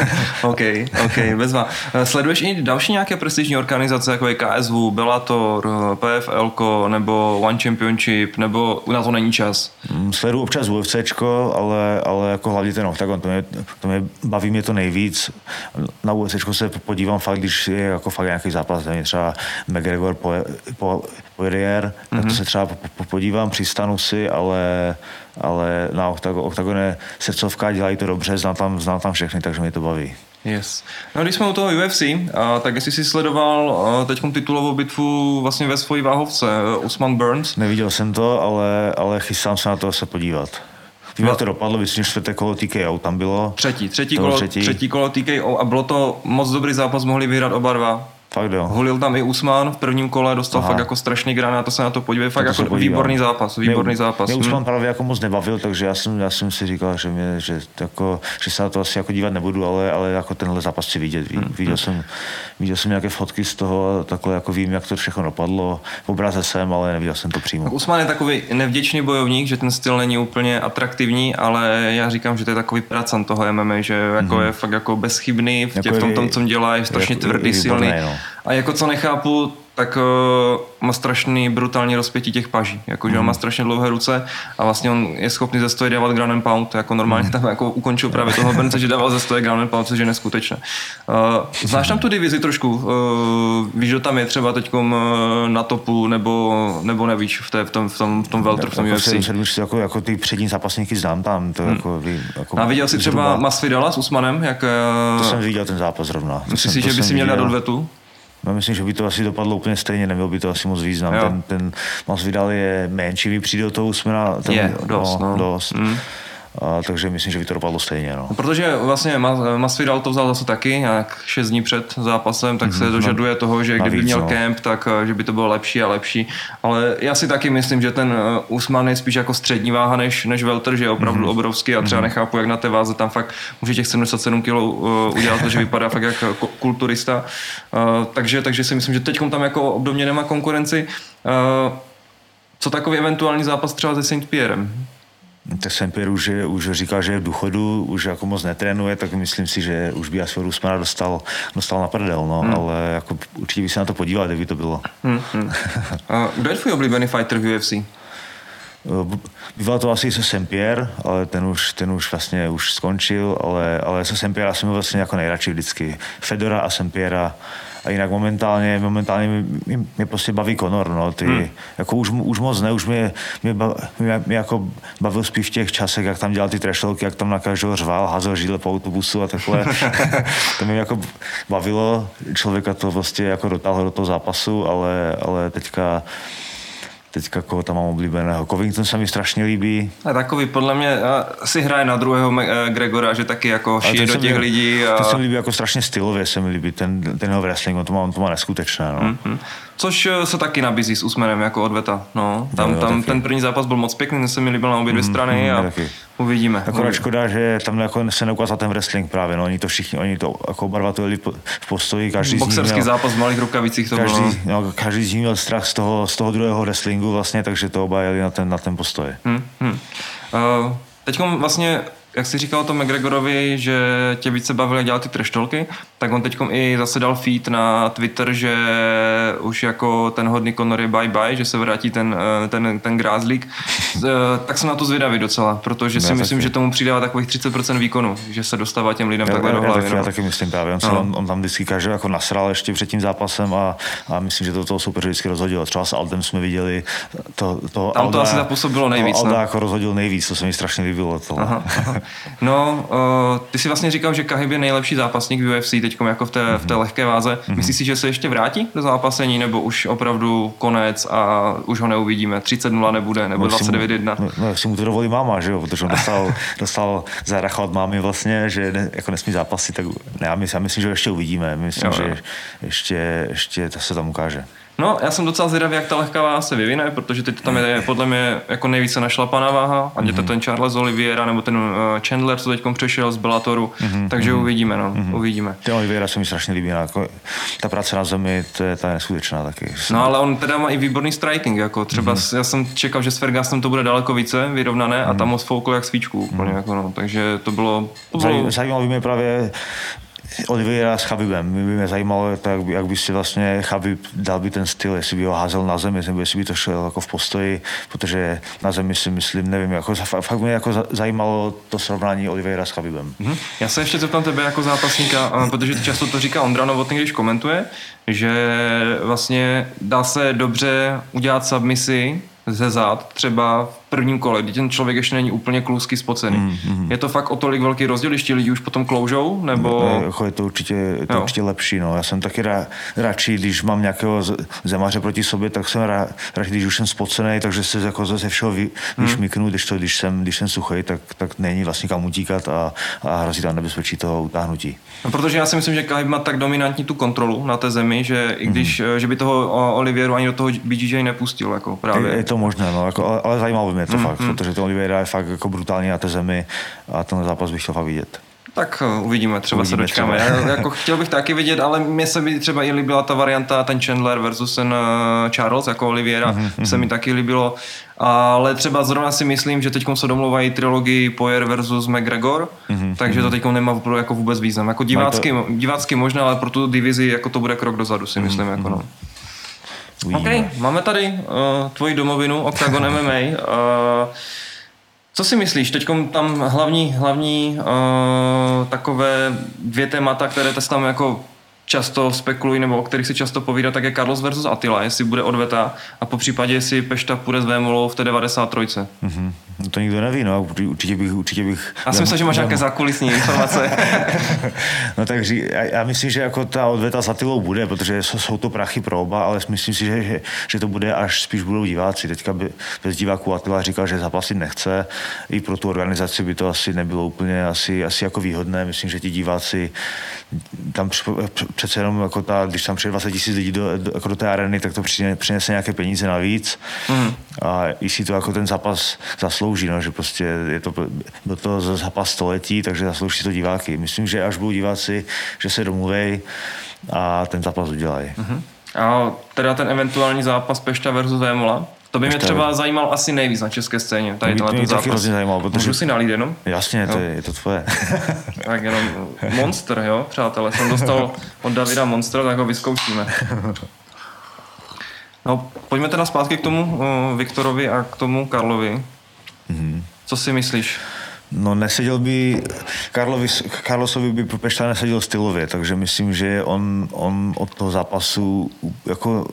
[SPEAKER 1] OK, OK, bezva. Sleduješ i další nějaké prestižní organizace, jako je K S W, Bellator, P F L nebo One Championship, nebo na to není čas?
[SPEAKER 2] Sleduju občas UFCčko, ale, ale jako hlavně ten Octagon, to mě, to mě baví mě to nejvíc. Na UFCčko se podívám fakt, když je jako fakt nějaký zápas, nevím, třeba McGregor po, po, Poirier, mm-hmm. tak to se třeba podívám, přistanu si, ale, ale na Octagone srdcovka, dělají to dobře, znám tam, znám tam všechny, takže mě to baví.
[SPEAKER 1] Yes. No když jsme u toho U F C, a, tak jestli jsi sledoval teďkom titulovou bitvu vlastně ve svojí váhovce, Usman Burns?
[SPEAKER 2] Neviděl jsem to, ale, ale chystám se na to se podívat. Vím, jak to dopadlo, myslím, že čtvrté kolo T K O tam bylo.
[SPEAKER 1] Třetí, třetí, kolo, třetí. třetí kolo T K O a bylo to moc dobrý zápas, mohli vyhrát oba dva.
[SPEAKER 2] Fakt jo.
[SPEAKER 1] Hulil tam i Usman v prvním kole, dostal Aha. fakt jako strašný granát, to se na to podívej, fakt to jako výborný zápas, výborný mě, zápas.
[SPEAKER 2] Mě Usman hm. právě jako moc nebavil, takže já jsem, já jsem si říkal, že, mě, že, jako, že se na to asi jako dívat nebudu, ale, ale jako tenhle zápas si vidět. Hm. Viděl, jsem, viděl jsem nějaké fotky z toho, takhle jako vím, jak to všechno dopadlo, v obraze jsem, ale neviděl jsem to přímo.
[SPEAKER 1] Tak Usman je takový nevděčný bojovník, že ten styl není úplně atraktivní, ale já říkám, že to je takový pracant toho M M A, že jako hm. je fakt jako bezchybný v, tě, jako v tom, tom, co dělá, je strašně jako, tvrdý, výborný, silný. No. A jako co nechápu, tak uh, má strašný brutální rozpětí těch paží, jakože mm. on má strašně dlouhé ruce a vlastně on je schopný ze stoje dávat ground and pound, jako normálně tam jako ukončil právě toho Burnse, že dával ze stoje ground and pound, což je neskutečné. Uh, znáš tam tu divizi trošku? Uh, víš, kdo tam je třeba teďkom uh, na topu, nebo, nebo nevíš v, té, v tom, v tom, v tom welter, v tom
[SPEAKER 2] jako
[SPEAKER 1] U F C?
[SPEAKER 2] Sedm, jako, jako ty přední zápasníky znám tam. To hmm. jako, jako,
[SPEAKER 1] a viděl jsi třeba Masvidala s Usmanem? Jak, uh,
[SPEAKER 2] to jsem viděl ten zápas zrovna.
[SPEAKER 1] Myslíš si, že by si měl dát odvetu?
[SPEAKER 2] No, myslím, že by to asi dopadlo úplně stejně, neměl by to asi moc význam. Jo. Ten, ten Masvidal je menší, mi přijde do toho Usmana. Ten,
[SPEAKER 1] je, dost. No,
[SPEAKER 2] no. dost. Mm. A, takže myslím, že by to dopadlo stejně. No.
[SPEAKER 1] No, protože vlastně Masvidal to vzal zase taky nějak šest dní před zápasem, tak mm-hmm, se dožaduje no, toho, že kdyby měl no. kemp, tak že by to bylo lepší a lepší. Ale já si taky myslím, že ten Usman je spíš jako střední váha než, než welter, že je opravdu mm-hmm. obrovský a třeba mm-hmm. nechápu, jak na té váze tam fakt může těch sedmdesát sedm kilo uh, udělat, že vypadá fakt jako kulturista. Uh, takže, takže si myslím, že teď tam jako obdobně nemá konkurenci. Uh, co takový eventuální zápas třeba se Saint Pierrem?
[SPEAKER 2] Tak Saint Pierre už, je, už říkal, že je v důchodu, už jako moc netrénuje, tak myslím si, že už by asi od Usmana dostal, dostal na prdel, no, hmm. ale jako určitě by se na to podíval, kdyby to bylo. Hmm, hmm. A kdo je tvůj oblíbený fighter v U F C? Býval to asi se Saint-Pierre, ale ten už, ten už vlastně už skončil, ale, ale se Saint-Pierre jsem byl vlastně jako nejradši vždycky. Fedora a Saint-Pierre. A jinak momentálně, momentálně mě, mě prostě baví Conor, no, ty, hmm. jako už, už moc ne, už mě, mě, bav, mě, mě jako bavil spíš v těch časech, jak tam dělal ty trashelky, jak tam na každého řval, házel židle po autobusu a takhle. To mě jako bavilo, člověka to vlastně jako dotáhlo do toho zápasu, ale, ale teďka Teďka koho tam mám oblíbeného. Covington se mi strašně líbí.
[SPEAKER 1] A takový podle mě si hraje na druhého Gregora, že taky jako šije do těch
[SPEAKER 2] mě,
[SPEAKER 1] lidí. A...
[SPEAKER 2] To se mi líbí jako strašně stylově, se mi líbí ten, ten jeho wrestling, on to má, on to má neskutečné. No.
[SPEAKER 1] Mm-hmm. Což se taky nabízí s Usmanem jako odveta. No, tam, no, tam ten první zápas byl moc pěkný, ten se mi líbil na obě dvě strany mm, a taky. Uvidíme.
[SPEAKER 2] Akorát škoda, že tam jako se neukázal ten wrestling právě, no, oni to všichni, oni to jako oba dva to jeli v postoji, každý
[SPEAKER 1] boxerský
[SPEAKER 2] měl,
[SPEAKER 1] zápas v malých rukavicích to
[SPEAKER 2] každý,
[SPEAKER 1] bylo.
[SPEAKER 2] No, každý z nich měl strach z toho, z toho druhého wrestlingu vlastně, takže to oba jeli na ten, na ten postoj.
[SPEAKER 1] Hmm, hmm. Uh, teďkom vlastně jak jsi říkal o tom McGregorovi, že tě více bavilo, jak dělat ty trashtolky, tak on teďkom i zase dal feed na Twitter, že už jako ten hodný Conor je bye bye, že se vrátí ten, ten, ten grázlík. Tak jsem na to zvědavý docela, protože si ne, myslím, taky. Že tomu přidává takových třicet procent výkonu, že se dostává těm lidem já, takhle já, do hlavy.
[SPEAKER 2] Já, taky, no. já taky myslím právě, on, no. on, on tam vždycky každý jako nasral ještě před tím zápasem a, a myslím, že to toho soupeře vždycky rozhodilo. Třeba s Aldem jsme viděli, to, to
[SPEAKER 1] tam
[SPEAKER 2] Alda,
[SPEAKER 1] to asi zapůsobilo nejvíc.
[SPEAKER 2] Alda
[SPEAKER 1] no.
[SPEAKER 2] jako rozhodil nejvíc, to se mi strašně líbilo. To. Aha, aha.
[SPEAKER 1] No, uh, ty si vlastně říkal, že Khabib je nejlepší zápasník v U F C teďkom jako v té, mm-hmm. v té lehké váze. Mm-hmm. Myslíš si, že se ještě vrátí do zápasení, nebo už opravdu konec a už ho neuvidíme? třicet nula nebude, nebo no, dvacet devět jedna?
[SPEAKER 2] No, no, jak si mu to dovolí máma, že jo? Protože on dostal, dostal záracha od mámy vlastně, že ne, jako nesmí zápasy, tak ne, já myslím, já myslím, že ho ještě uvidíme. Myslím, jo, že jo. ještě, ještě to se tam ukáže.
[SPEAKER 1] No, já jsem docela zvědavý, jak ta lehká váha se vyvine, protože teď tam je podle mě jako nejvíce našlapaná váha, ať je to ten Charles Oliveira nebo ten Chandler, co teď přešel z Bellatoru, mm-hmm. takže uvidíme, no, mm-hmm. uvidíme.
[SPEAKER 2] Ten Oliveira se mi strašně líbí, jako, ta práce na zemi, to je, ta je neskutečná taky.
[SPEAKER 1] No, ale on teda má i výborný striking, jako třeba mm-hmm. já jsem čekal, že s Fergusonem to bude daleko více vyrovnané mm-hmm. a tam ho sfoukl jak svíčku úplně, mm-hmm. jako no, takže to bylo... To bylo...
[SPEAKER 2] Zajímalo by mě právě Oliveira s Khabibem. Mě by zajímalo, tak, jak by si vlastně Khabib dal by ten styl, jestli by ho házel na zemi, nebo jestli by to šel jako v postoji, protože na zemi si myslím, nevím, jako, fakt mě jako zajímalo to srovnání Oliveira s Khabibem.
[SPEAKER 1] Mm-hmm. Já se ještě zeptám tebe jako zápasníka, protože často to říká Ondra Novotný, když komentuje, že vlastně dá se dobře udělat submisi ze zad, třeba v prvním kole, kdy ten člověk ještě není úplně klusky spocený. Mm, mm. Je to fakt o tolik velký rozdíl, když ti lidi už potom kloužou, nebo...
[SPEAKER 2] No, je to určitě, je to určitě lepší, no. Já jsem taky rá, radši, když mám nějakého zemaře proti sobě, tak jsem rá, radši, když už jsem spocený, takže se jako ze všeho vy, mm. vyšmiknu, když, to, když, jsem, když jsem suchý, tak, tak není vlastně kam utíkat a, a hrozí tam nebezpečí toho utáhnutí.
[SPEAKER 1] No, protože já si myslím, že Khabib má tak dominantní tu kontrolu na té zemi, že i když, mm. že by toho Olivieru ani do toho B J J nepustil, jako právě.
[SPEAKER 2] Je, je to možné, no, jako, ale, ale zajímalo by mě to mm, fakt, mm. protože ten Oliveira je fakt jako brutální na té zemi a ten zápas bych chtěl fakt vidět.
[SPEAKER 1] Tak uvidíme, třeba uvidíme se dočkáme. Třeba. Já jako chtěl bych taky vidět, ale mně se by třeba i líbila ta varianta, ten Chandler versus ten Charles jako Oliveira, mm-hmm. se mi taky líbilo. Ale třeba zrovna si myslím, že teď se domluvají trilogii Poirier versus McGregor, mm-hmm. takže to teď nemá jako vůbec význam. Jako divácky, to... divácky možná, ale pro tu divizi jako to bude krok dozadu, si myslím. Mm-hmm. Jako no. Okay, máme tady uh, tvoji domovinu, Octagon M M A. Uh, co si myslíš? Teď tam hlavní, hlavní uh, takové dvě témata, které te tam jako často spekulují, nebo o kterých si často povídá, tak je Carlos versus Attila, jestli bude odveta a po případě jestli Pešta půjde s Vémolou v té devadesát tři.
[SPEAKER 2] Mm-hmm. No to nikdo neví, no, určitě bych... Určitě bych
[SPEAKER 1] já si myslím, že máš nějaké zákulisní informace.
[SPEAKER 2] No takže já, já myslím, že jako ta odveta s Attilou bude, protože jsou, jsou to prachy pro oba, ale myslím si, že, že, že to bude až spíš budou diváci. Teďka by bez diváků Attila říkal, že zápasit nechce. I pro tu organizaci by to asi nebylo úplně asi, asi jako výhodné. Myslím, že ti diváci tam přece jenom, jako ta, když tam přijde dvacet tisíc lidí do, do, jako do té areny, tak to přinese nějaké peníze navíc. Mm. A jestli to jako ten zápas zaslouží, no, že prostě je to, byl to zápas století, takže zaslouží si to diváky. Myslím, že až budou diváci, že se domluví a ten zápas udělají. Mm-hmm.
[SPEAKER 1] A teda ten eventuální zápas Pešta versus Vémola? To by mě třeba zajímal asi nejvíc na české scéně. Tady
[SPEAKER 2] to mě taky hrozně zajímalo, protože...
[SPEAKER 1] Můžu si nalít jenom?
[SPEAKER 2] Jasně, to je, je to tvoje.
[SPEAKER 1] Tak jenom Monster, jo, přátelé. Jsem dostal od Davida Monster, tak ho vyzkoušíme. No, pojďme teda zpátky k tomu uh, Viktorovi a k tomu Karlovi. Mm-hmm. Co si myslíš?
[SPEAKER 2] No neseděl by, Karlovi, Carlosovi by Pešta neseděl stylově, takže myslím, že on, on od toho zápasu jako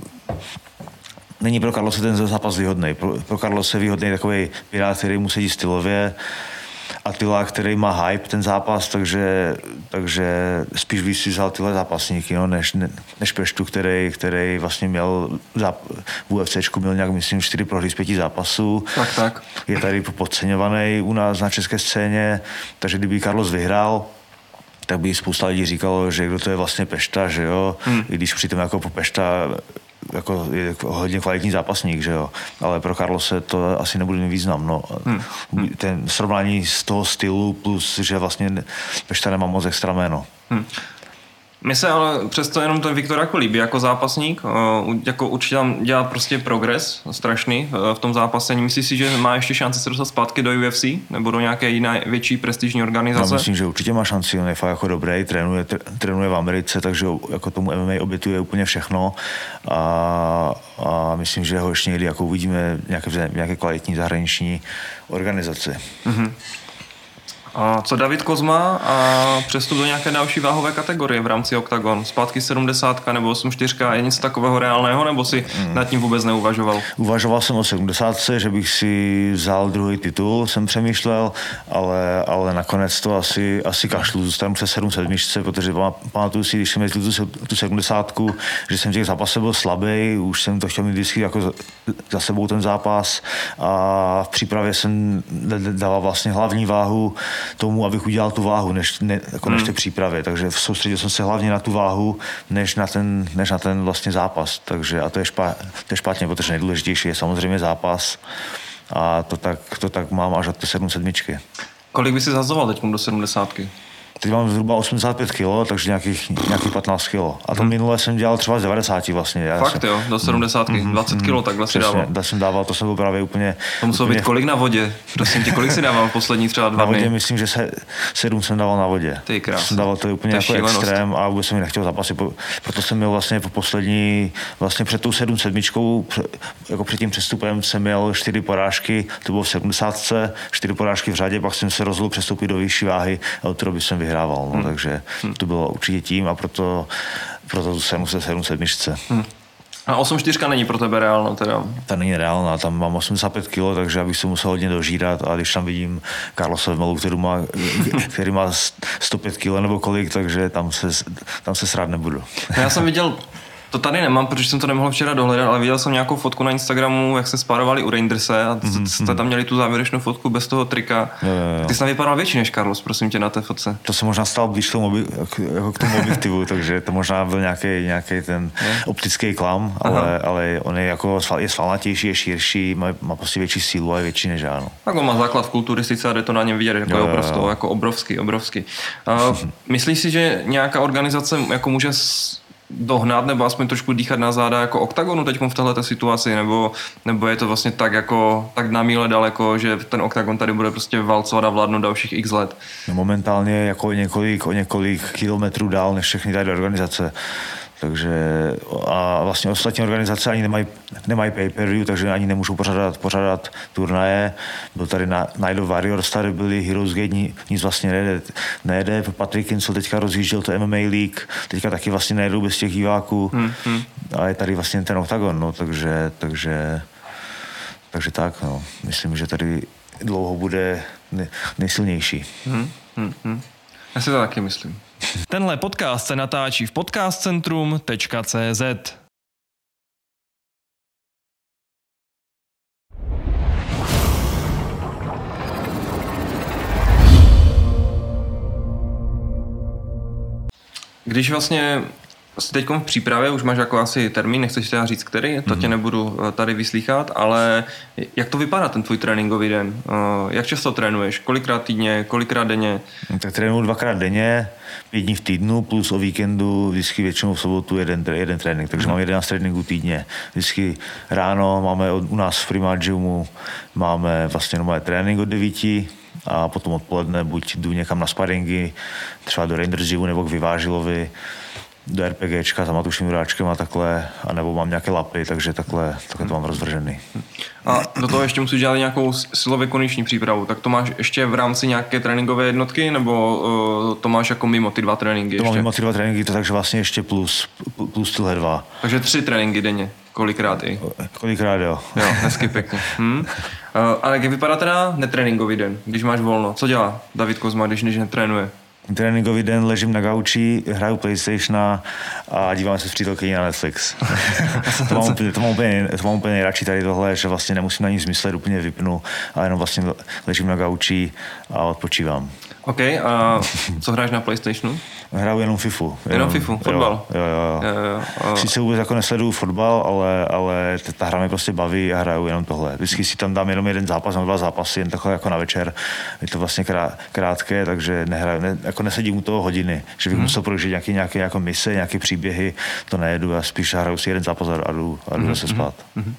[SPEAKER 2] není pro Carlose ten zápas výhodný. Pro, pro Carlose je výhodný takový pirát, který mu sedí stylově. Attila, který má hype ten zápas, takže, takže spíš by si vzal tyhle zápasníky, no, než, ne, než Peštu, který, který vlastně měl záp, v UFCčku měl nějak, myslím, čtyři prohry z pěti zápasů.
[SPEAKER 1] Tak, tak.
[SPEAKER 2] Je tady podceňovaný u nás na české scéně, takže kdyby Carlos vyhrál, tak by spousta lidí říkalo, že kdo to je vlastně Pešta, že jo, hmm. i když přitom jako po Pešta jako je hodně kvalitní zápasník, že jo, ale pro Carlose to asi nebude mít význam, no. Hmm. Ten srovnání z toho stylu plus, že vlastně Pešta nemá moc extra jméno. Hmm.
[SPEAKER 1] Mně se ale přesto jenom ten Viktor jako líbí jako zápasník, jako určitě tam dělá prostě progres strašný v tom zápasení. Myslíš si, že má ještě šanci se dostat zpátky do U F C nebo do nějaké jiné větší prestižní organizace?
[SPEAKER 2] Já myslím, že určitě má šanci, on je fakt jako dobrý, trénuje, trénuje v Americe, takže jako tomu M M A obětuje úplně všechno a, a myslím, že ho ještě někdy jako uvidíme nějaké, nějaké kvalitní zahraniční organizaci. Mm-hmm.
[SPEAKER 1] A co David Kozma a přestup do nějaké další váhové kategorie v rámci Octagon? Zpátky sedmdesátka nebo osm čtyři, je něco takového reálného, nebo si mm. nad tím vůbec neuvažoval?
[SPEAKER 2] Uvažoval jsem o sedmdesátce, že bych si vzal druhý titul, jsem přemýšlel, ale, ale nakonec to asi, asi kašlu, zůstanu přes sedm sedmičce, protože pamatuju si, když jsem jezdil tu, tu sedmdesátku, že jsem těch zápasů byl slabý, už jsem to chtěl mít vždycky jako za, za sebou ten zápas a v přípravě jsem dával vlastně hlavní váhu tomu, abych udělal tu váhu, než, ne, jako než té přípravě. Takže soustředil jsem se hlavně na tu váhu, než na ten, než na ten vlastně zápas. Takže, a to je, špa, to je špatně, protože nejdůležitější je samozřejmě zápas a to tak, to tak mám až od té sedm sedmičky.
[SPEAKER 1] Kolik by si zazoval teď do sedmdesátky?
[SPEAKER 2] Teď mám zhruba osmdesát pět kilo, takže nějakých, nějakých patnáct kilo. A to hmm. minule jsem dělal třeba z devadesát vlastně. Já
[SPEAKER 1] Fakt
[SPEAKER 2] jsem,
[SPEAKER 1] jo, do sedmdesátky, mm, dvacet kilo takhle si dával.
[SPEAKER 2] Přesně, jsem dával, to jsem byl právě úplně...
[SPEAKER 1] To muselo
[SPEAKER 2] úplně,
[SPEAKER 1] být kolik na vodě? Prosím tě, kolik si dával poslední třeba dva
[SPEAKER 2] dny? Na vodě
[SPEAKER 1] dny?
[SPEAKER 2] myslím, že se, sedm jsem dával na vodě.
[SPEAKER 1] Ty krásný.
[SPEAKER 2] Jsem dával to úplně to jako extrém a vůbec jsem mi nechtěl zápasit. Proto jsem měl vlastně po poslední, vlastně před tou sedm sedmičkou, jako před tím přestupem jsem měl čtyři porážky, to bylo v sedmdesátce, čtyři porážky v řadě, pak jsem se rozhodl přestoupit do vyšší váhy a od toho by jsem vyhrával. No, hmm. takže Hmm. to bylo určitě tím a proto, proto tu jsem se sedm sedmičce. Hmm.
[SPEAKER 1] A osm čtyři není pro tebe reálná teda?
[SPEAKER 2] Ta není reálná, tam mám osmdesát pět kilo, takže abych se musel hodně dožírat a když tam vidím Carlose Vmelu, který má, který má sto pět kilo nebo kolik, takže tam se, tam se srát nebudu.
[SPEAKER 1] Já jsem viděl, to tady nemám, protože jsem to nemohl včera dohledat, ale viděl jsem nějakou fotku na Instagramu, jak se spárovali u Randerse a mm-hmm. jste tam měli tu závěrečnou fotku bez toho trika. Jo, jo, jo. Ty jsi tam vypadal větší než Carlos, prosím tě, na té fotce.
[SPEAKER 2] To se možná stalo blíž k tomu, jako k tomu objektivu, takže to možná byl nějaký, nějaký ten je. optický klam, ale, ale on je jako je svalnatější, je širší, má, má prostě větší sílu a je větší než já. No.
[SPEAKER 1] Tak on má základ v kulturistice a jde to na něm vidět, jako, jo, je obrovský, jako obrovský, obrovský. Uh, myslíš si, že nějaká organizace jako může s dohnat nebo aspoň trošku dýchat na záda jako Octagonu teď v této situaci, nebo, nebo je to vlastně tak jako tak na míle daleko, že ten Octagon tady bude prostě válcovat a vládnout dalších x let?
[SPEAKER 2] No momentálně jako několik, o několik kilometrů dál než všechny tady organizace. Takže a vlastně ostatní organizace ani nemají, nemají pay-per-view, takže ani nemůžou pořádat, pořádat turnaje. Byl tady na Night of Warriors, tady byli Heroes Gate, nic vlastně nejde. nejde. Patrick Kinsel teďka rozjížděl to M M A League, teďka taky vlastně nejedou bez těch diváků. Hmm, hmm. A je tady vlastně ten Octagon, no, takže, takže, takže tak, no. Myslím, že tady dlouho bude nejsilnější.
[SPEAKER 1] Hmm, hmm, hmm. Já si to taky myslím. Tenhle podcast se natáčí v podcastcentrum tečka cé zet. Když vlastně teď v přípravě už máš jako asi termín, nechceš teda říct který, to tě nebudu tady vyslýchat, ale jak to vypadá ten tvůj tréninkový den? Jak často trénuješ? Kolikrát týdně, kolikrát denně?
[SPEAKER 2] Tak trénuju dvakrát denně, pět dní v týdnu, plus o víkendu vždycky většinou v sobotu jeden, jeden trénink, takže hmm. mám jedenáct tréninků týdně. Vždycky ráno máme od, u nás v Prima Gymu máme vlastně normální trénink od devíti a potom odpoledne buď jdu někam na sparingy, třeba do Rangers Gymu nebo k Vyvážilovi, do RPGčka, tam tuším hráčkem a takhle, anebo mám nějaké lapy, takže takhle, takhle to mám rozvržený.
[SPEAKER 1] A do toho ještě musíš dělat nějakou silově kondiční přípravu, tak to máš ještě v rámci nějaké tréninkové jednotky, nebo uh, to máš jako mimo ty dva tréninky?
[SPEAKER 2] To
[SPEAKER 1] ještě?
[SPEAKER 2] mám mimo ty dva tréninky, to takže vlastně ještě plus, plus tyhle dva.
[SPEAKER 1] Takže tři tréninky denně, kolikrát i?
[SPEAKER 2] Kolikrát, jo.
[SPEAKER 1] Jo, hezky pěkně. Hm. Uh, ale jak vypadá teda netréninkový den, když máš volno? Co dělá David Kozma, když, když netrénuje?
[SPEAKER 2] Tréninkový den ležím na gauči, hraju PlayStation a dívám se s přítelkyní na Netflix. to, mám úplně, to, mám úplně, to mám úplně nejradši tady tohle, že vlastně nemusím na nic myslet, úplně vypnu a jenom vlastně ležím na gauči a odpočívám.
[SPEAKER 1] OK, a co hráš na PlayStationu?
[SPEAKER 2] Hraju jenom FIFU.
[SPEAKER 1] Jenom, jenom FIFU, fotbal?
[SPEAKER 2] Jo, jo, jo. jo, jo. Sice vůbec jako nesleduju fotbal, ale, ale ta hra mě prostě baví a hraju jenom tohle. Vždycky si tam dám jenom jeden zápas nebo dva zápasy, jen takhle jako na večer. Je to vlastně krátké, takže nehraju, ne, jako nesedím u toho hodiny, že bych hmm. musel prožít nějaké, nějaké jako mise, nějaké příběhy, to nejedu, já spíš hraju si jeden zápas a jdu, a jdu hmm. zase spát.
[SPEAKER 1] Hmm.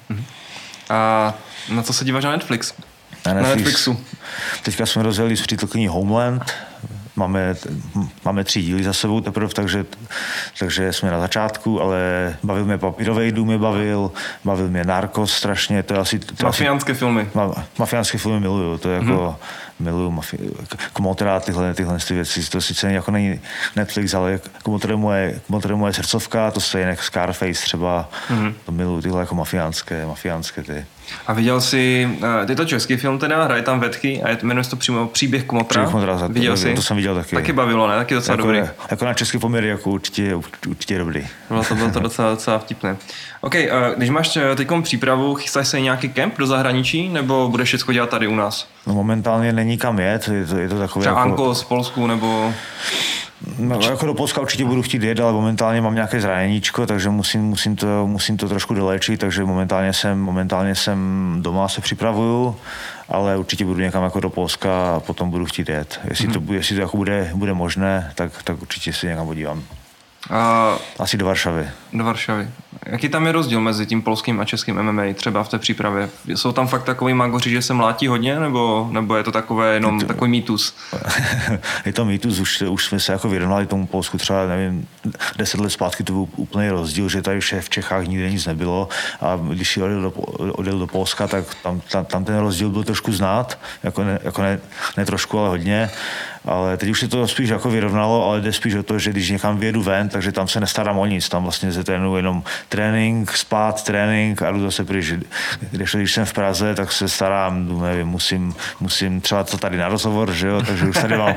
[SPEAKER 1] A na co se díváš na Netflix?
[SPEAKER 2] Na, Netflix.
[SPEAKER 1] na Netflixu.
[SPEAKER 2] Teďka jsme rozjeli s přítelkyní Homeland. Máme, máme tři díly za sebou teprve, takže, takže jsme na začátku, ale bavil mě Papírovej dům, mě bavil, bavil mě Narcos strašně. To je asi, to
[SPEAKER 1] mafiánské
[SPEAKER 2] asi,
[SPEAKER 1] filmy.
[SPEAKER 2] Ma, mafiánské filmy miluju, to je jako, hmm. miluju mafi, Komotra, tyhle, tyhle ty věci. To sice jako není Netflix, ale Komotra je moje, Komotra je moje srdcovka, to stejně jako Scarface třeba, hmm. to miluju, tyhle jako mafiánské, mafiánské ty.
[SPEAKER 1] A viděl jsi, ty to český film teda, hraje tam Vetky a je, jmenuje se to přímo Příběh Komotra.
[SPEAKER 2] Příběh Komotra,
[SPEAKER 1] viděl
[SPEAKER 2] to,
[SPEAKER 1] jsi?
[SPEAKER 2] To jsem viděl taky.
[SPEAKER 1] Taky bavilo, ne? Taky docela
[SPEAKER 2] jako,
[SPEAKER 1] dobrý.
[SPEAKER 2] Jako na český poměr, jako určitě, určitě dobrý.
[SPEAKER 1] Bylo to, bylo to docela, docela vtipné. OK, když máš teďkom přípravu, chystáš se nějaký kemp do zahraničí, nebo budeš všechno dělat tady u nás?
[SPEAKER 2] No momentálně není kam jet, je to, je to takové
[SPEAKER 1] třeba
[SPEAKER 2] jako...
[SPEAKER 1] Anko z Polsku, nebo...
[SPEAKER 2] No, jako do Polska určitě budu chtít jet, ale momentálně mám nějaké zraněníčko, takže musím, musím, to, musím to trošku doléčit, takže momentálně jsem, momentálně jsem doma, se připravuju, ale určitě budu někam jako do Polska a potom budu chtít jet. Jestli to, mm-hmm. jestli to jako bude, bude možné, tak, tak určitě si někam podívám.
[SPEAKER 1] A...
[SPEAKER 2] Asi do Varšavy.
[SPEAKER 1] Do Varšavy. Jaký tam je rozdíl mezi tím polským a českým M M A třeba v té přípravě? Jsou tam fakt takový magoři, že se mlátí hodně, nebo, nebo je to takové jenom je to, takový mýtus?
[SPEAKER 2] Je to mýtus, už, už jsme se jako vyrovnali tomu Polsku třeba, nevím, deset let zpátky to byl úplný rozdíl, že tady v Čechách nikdy nic nebylo a když si odjel do, odjel do Polska, tak tam, tam, tam ten rozdíl byl trošku znát, jako, ne, jako ne, ne trošku, ale hodně. Ale teď už se to spíš jako vyrovnalo, ale jde spíš o to, že když někam vyjedu ven, takže tam se nestarám o nic, tam vlastně se trénuju jenom trénink, spát, trénink a jdu zase pryč. Když, když jsem v Praze, tak se starám, nevím, musím, musím třeba to tady na rozhovor, že jo, takže už tady mám,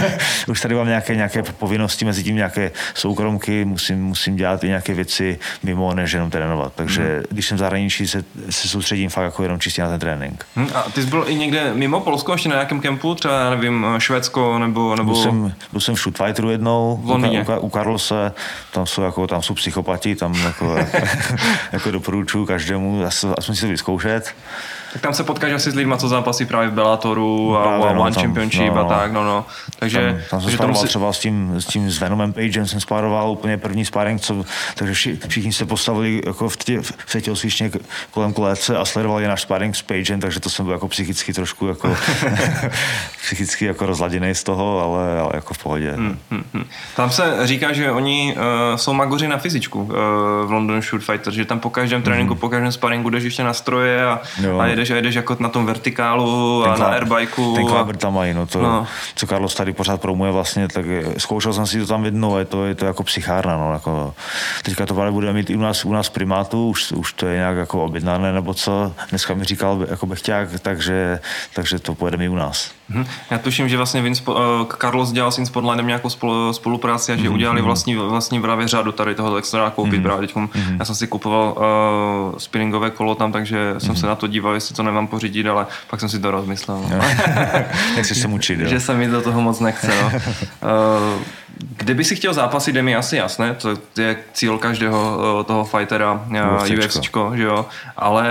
[SPEAKER 2] už tady mám nějaké, nějaké povinnosti, mezi tím nějaké soukromky, musím, musím dělat i nějaké věci mimo, než jenom trénovat. Takže hmm. když jsem v zahraničí, se, se soustředím fakt jako jenom čistě na ten trénink.
[SPEAKER 1] Hmm. A ty jsi byl i někde mimo Polsko, ještě na nějakém kempu, třeba, nevím, Švédsko, nebo... nebo... Byl,
[SPEAKER 2] jsem, byl jsem v Shoot Fighteru jednou,
[SPEAKER 1] v
[SPEAKER 2] u, u, u Carlose, tam jsou, jako, tam jsou psychopati, tam jako, jako doporučuji každému, aspoň si to vyzkoušet.
[SPEAKER 1] Tak tam se potkáš asi s lidma, co zápasí právě v Bellatoru a právě, no, One tam, Championship
[SPEAKER 2] no,
[SPEAKER 1] a tak, no, no. Takže,
[SPEAKER 2] tam, tam jsem spároval si... třeba s tím, s tím s Venomem Pagem, jsem spároval úplně první sparring, co, takže vši, všichni se postavili jako v, tě, v tělocvičně kolem koléce a sledovali náš sparring s Pagem, takže to jsem byl jako psychicky trošku jako psychicky jako rozladěný z toho, ale, ale jako v pohodě. Hmm,
[SPEAKER 1] hmm, hmm. Tam se říká, že oni uh, jsou magoři na fyzičku uh, v London Shoot Fighter, že tam po každém tréninku, hmm. po každém sparringu jdeš ještě na stroje a, a jedeš a jedeš jako na tom vertikálu a ten na airbikeu.
[SPEAKER 2] Ten kláber tam mají, no to, no. Co Carlos tady pořád promuje vlastně, tak zkoušel jsem si to tam jednou, je to, je to jako psychárna, no, jako, teďka to ale budeme mít i u nás, u nás primátu, už, už to je nějak jako objednané, nebo co, dneska mi říkal jako Bechťák, takže, takže to pojedeme i u nás.
[SPEAKER 1] Hmm. Já tuším, že vlastně Vince, uh, Carlos dělal s Insportlandem nějakou spolu, spolupráci a že mm-hmm. udělali vlastní, vlastní právě řadu tady toho, jak se dá koupit mm-hmm. právě teďkom. Mm-hmm. Já jsem si kupoval uh, spinningové kolo tam, takže mm-hmm. jsem se na to díval, jestli to nemám pořídit, ale pak jsem si to rozmyslel. No.
[SPEAKER 2] Jak jsi se mučit,
[SPEAKER 1] že se mi do toho moc nechce. No. Uh, kdyby si chtěl zápasit, je mi asi jasné, to je cíl každého uh, toho fightera, uh, UFCčko, že jo, ale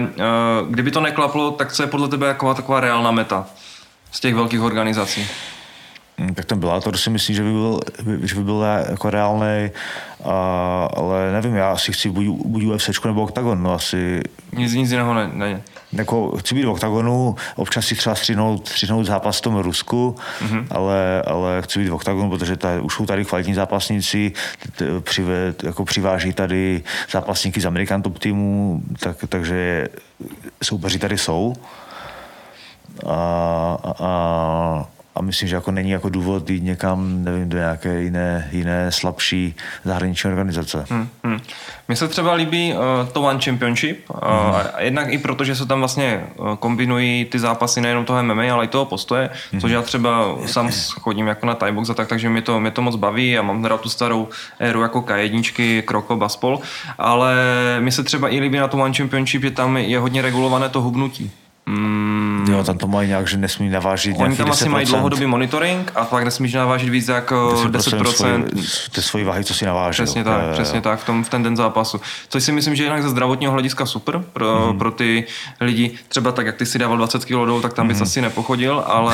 [SPEAKER 1] uh, kdyby to neklaplo, tak co je podle tebe jako taková reálná meta z těch velkých organizací?
[SPEAKER 2] Tak ten Bellator si myslím, že by byl, že by byl jako reálný, a, ale nevím, já asi chci buď, buď UFCčko nebo Octagon, no asi...
[SPEAKER 1] Nic, nic jiného ne, ne.
[SPEAKER 2] Jako, chci být v Octagonu, občas si třeba střihnout, střihnout zápas v tom Rusku, mm-hmm. ale, ale chci být v Octagonu, protože tady, už jsou tady kvalitní zápasníci, přive, jako přiváží tady zápasníky z American Top Teamu, tak, takže soupeři tady jsou. A, a, a myslím, že jako není jako důvod jít někam, nevím, do nějaké jiné, jiné slabší zahraniční organizace. Hmm, hmm.
[SPEAKER 1] Mně se třeba líbí uh, to One Championship, uh, hmm. a jednak i proto, že se tam vlastně uh, kombinují ty zápasy nejenom toho M M A, ale i toho postoje, hmm. což já třeba sám chodím jako na Thai box a tak, takže mě to, mě to moc baví a mám rád tu starou éru jako K jedna, Kroko, Baspol, ale mi se třeba i líbí na tom One Championship, že tam je hodně regulované to hubnutí. Mm.
[SPEAKER 2] Jo, tam to mají nějak, že nesmí navážit
[SPEAKER 1] Oni tam asi mají dlouhodobý monitoring a pak nesmíš navážit víc jak deset procent
[SPEAKER 2] ty svojí váhy, co si navážil.
[SPEAKER 1] Přesně tak, je, přesně je. tak, v, tom, v ten den zápasu. Což si myslím, že jinak ze zdravotního hlediska super pro, mm. pro ty lidi. Třeba tak, jak ty si dával dvacet kilogramů dolů, tak tam bys mm. asi nepochodil, ale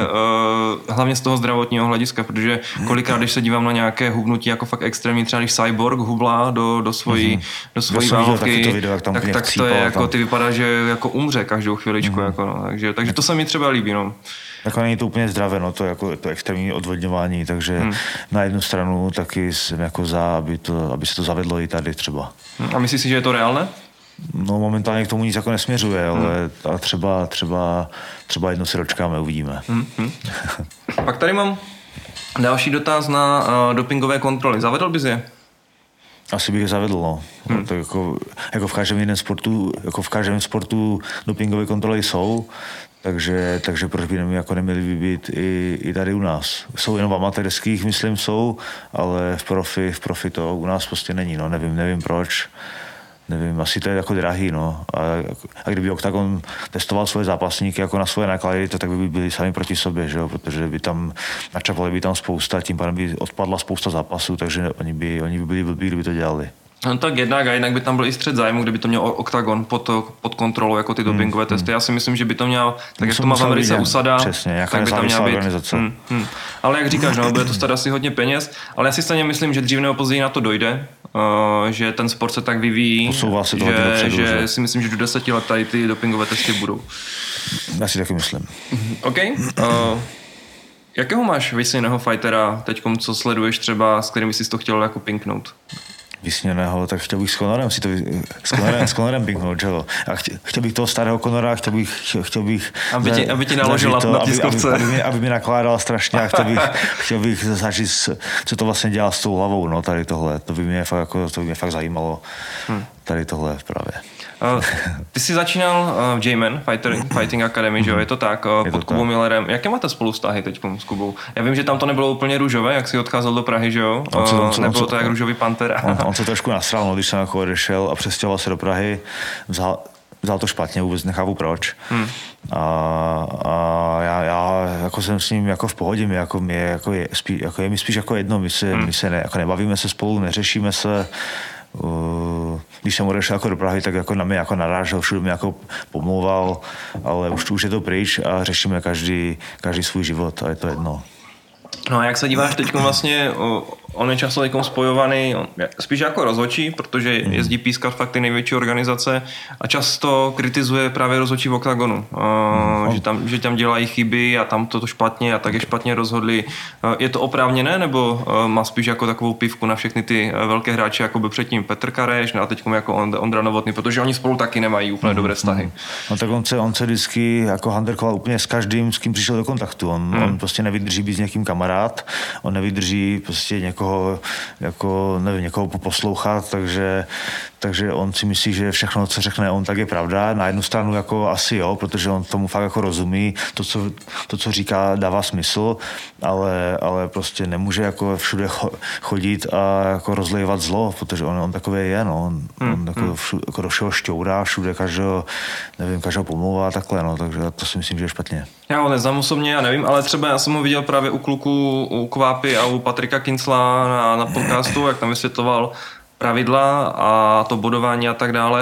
[SPEAKER 1] uh, hlavně z toho zdravotního hlediska, protože kolikrát, když se dívám na nějaké hubnutí, jako fakt extrémní, třeba když Cyborg hublá do, do svojí mm. do svojí váhovky, to video, tak, tak to je jako, ty vypadá, že jako umře každou chviličku. Mm. Jako, no. takže, takže to se mi třeba líbí. No.
[SPEAKER 2] Jako není to úplně zdravé, no, to, jako, to extrémní odvodňování, takže hmm. na jednu stranu taky jsem jako za, aby, to, aby se to zavedlo i tady třeba.
[SPEAKER 1] Hmm. A myslíš si, že je to reálné?
[SPEAKER 2] No momentálně k tomu nic jako nesměřuje, hmm. ale třeba, třeba, třeba jednou si dočkáme, uvidíme. Hmm. Hmm.
[SPEAKER 1] Pak tady mám další dotaz na uh, dopingové kontroly. Zavedl bys je?
[SPEAKER 2] Asi bych je zavedl, no. Hmm. Tak jako, jako v každém jiném sportu, jako v každém sportu dopingové kontroly jsou, takže, takže proč by neměli, jako neměli být i, i tady u nás. Jsou jenom v amatérských, myslím, jsou, ale v profi, v profi to u nás prostě není, no. Nevím, nevím proč. Nevím, asi to je jako drahý, no. A, a kdyby Octagon testoval svoje zápasníky jako na svoje náklady, to tak by byli sami proti sobě, že jo? Protože by tam načapali by tam spousta, tím pádem by odpadla spousta zápasů, takže oni by, oni by byli blbí, kdyby to dělali.
[SPEAKER 1] No tak jednak a jednak by tam byl i střed zájmu, kdyby to měl Octagon pod, pod kontrolou jako ty dopingové hmm, testy. Já si myslím, že by to měl, tak jak to má v Americe U S A D A,
[SPEAKER 2] přesně,
[SPEAKER 1] tak by tam měla být. Hmm, hmm. Ale jak říkáš, no, bude to stát asi hodně peněz, ale já si stejně myslím, že dřív nebo později na to dojde, uh, že ten sport se tak vyvíjí,
[SPEAKER 2] posouvá se
[SPEAKER 1] že,
[SPEAKER 2] dopředu,
[SPEAKER 1] že,
[SPEAKER 2] že
[SPEAKER 1] si myslím, že do deseti let tady ty dopingové testy budou.
[SPEAKER 2] Já si taky myslím.
[SPEAKER 1] OK. Uh, jakého máš vysněného fightera teďkom, co sleduješ třeba, s kterým jsi to chtěl jako pinknout?
[SPEAKER 2] Vysněného, tak chtěl bych s Conorem si to s Conorem, s Conorem pinknout, že jo. A chtěl, chtěl bych toho starého Conora, chtěl bych, chtěl, chtěl bych
[SPEAKER 1] aby ti, aby ti naložil
[SPEAKER 2] to,
[SPEAKER 1] na
[SPEAKER 2] aby,
[SPEAKER 1] tiskovce.
[SPEAKER 2] Aby, aby, mě, aby mě nakládal strašně a chtěl bych, chtěl bych zažít, co to vlastně dělá s tou hlavou, no, tady tohle. To by mě fakt, jako, to by mě fakt zajímalo, hmm. tady tohle právě.
[SPEAKER 1] Uh, ty jsi začínal uh, v J-Man Fighter, Fighting Academy, že jo, je to tak, uh, je pod to Kubou tak. Millerem. Jaké máte spolu vztahy teď s Kubou? Já vím, že tam to nebylo úplně růžové, jak jsi odcházel do Prahy, že jo? Uh, on se, nebylo on to jak růžový Pantera.
[SPEAKER 2] On, on se trošku nasral, no, když jsem jako odešel a přestěhoval se do Prahy, vzal, vzal to špatně, vůbec nechápu proč. Hmm. A, a já, já jako jsem s ním jako v pohodě, mi jako, mě, jako, je, spí, jako je mi spíš jako jedno, my se, hmm. my se ne, jako nebavíme se spolu, neřešíme se. Uh, když jsem odešel jako do Prahy, tak jako na mě jako narážel, všude mě jako pomlouval, ale už, už je to pryč a řešíme každý, každý svůj život a je to jedno.
[SPEAKER 1] No a jak se díváš teď vlastně, on je často spojovaný spíš jako rozhodčí, protože mm. jezdí pískat fakt ty největší organizace a často kritizuje právě rozhodčí v Octagonu, mm. že, tam, že tam dělají chyby a tam to špatně a tak je špatně rozhodli. Je to oprávněné, nebo má spíš jako takovou pivku na všechny ty velké hráče, jako byl předtím Petr Kareš a teď jako Ondra Novotný, protože oni spolu taky nemají úplně mm. dobré vztahy. Mm.
[SPEAKER 2] No tak on se, on se vždycky jako handerkoval úplně s každým, s kým přišel do kontaktu. On, mm. on prostě nevydrží být s někým kamarád, on nevydrží prostě někoho, jako, nevím, někoho poslouchat, takže, takže on si myslí, že všechno, co řekne on, tak je pravda. Na jednu stranu jako asi jo, protože on tomu fakt jako rozumí, to, co, to, co říká, dává smysl, ale, ale prostě nemůže jako všude chodit a jako rozlejvat zlo, protože on, on takový je, no. On, hmm. on jako, všude, jako do všeho šťourá, všude každého, nevím, každého pomlouvá takhle, no, takže to si myslím, že je špatně.
[SPEAKER 1] Já ho neznám osobně, já nevím, ale třeba já jsem ho viděl právě u kluku, u Kvápy a u Patrika Kincla na, na podcastu, jak tam vysvětloval pravidla a to bodování a tak dále.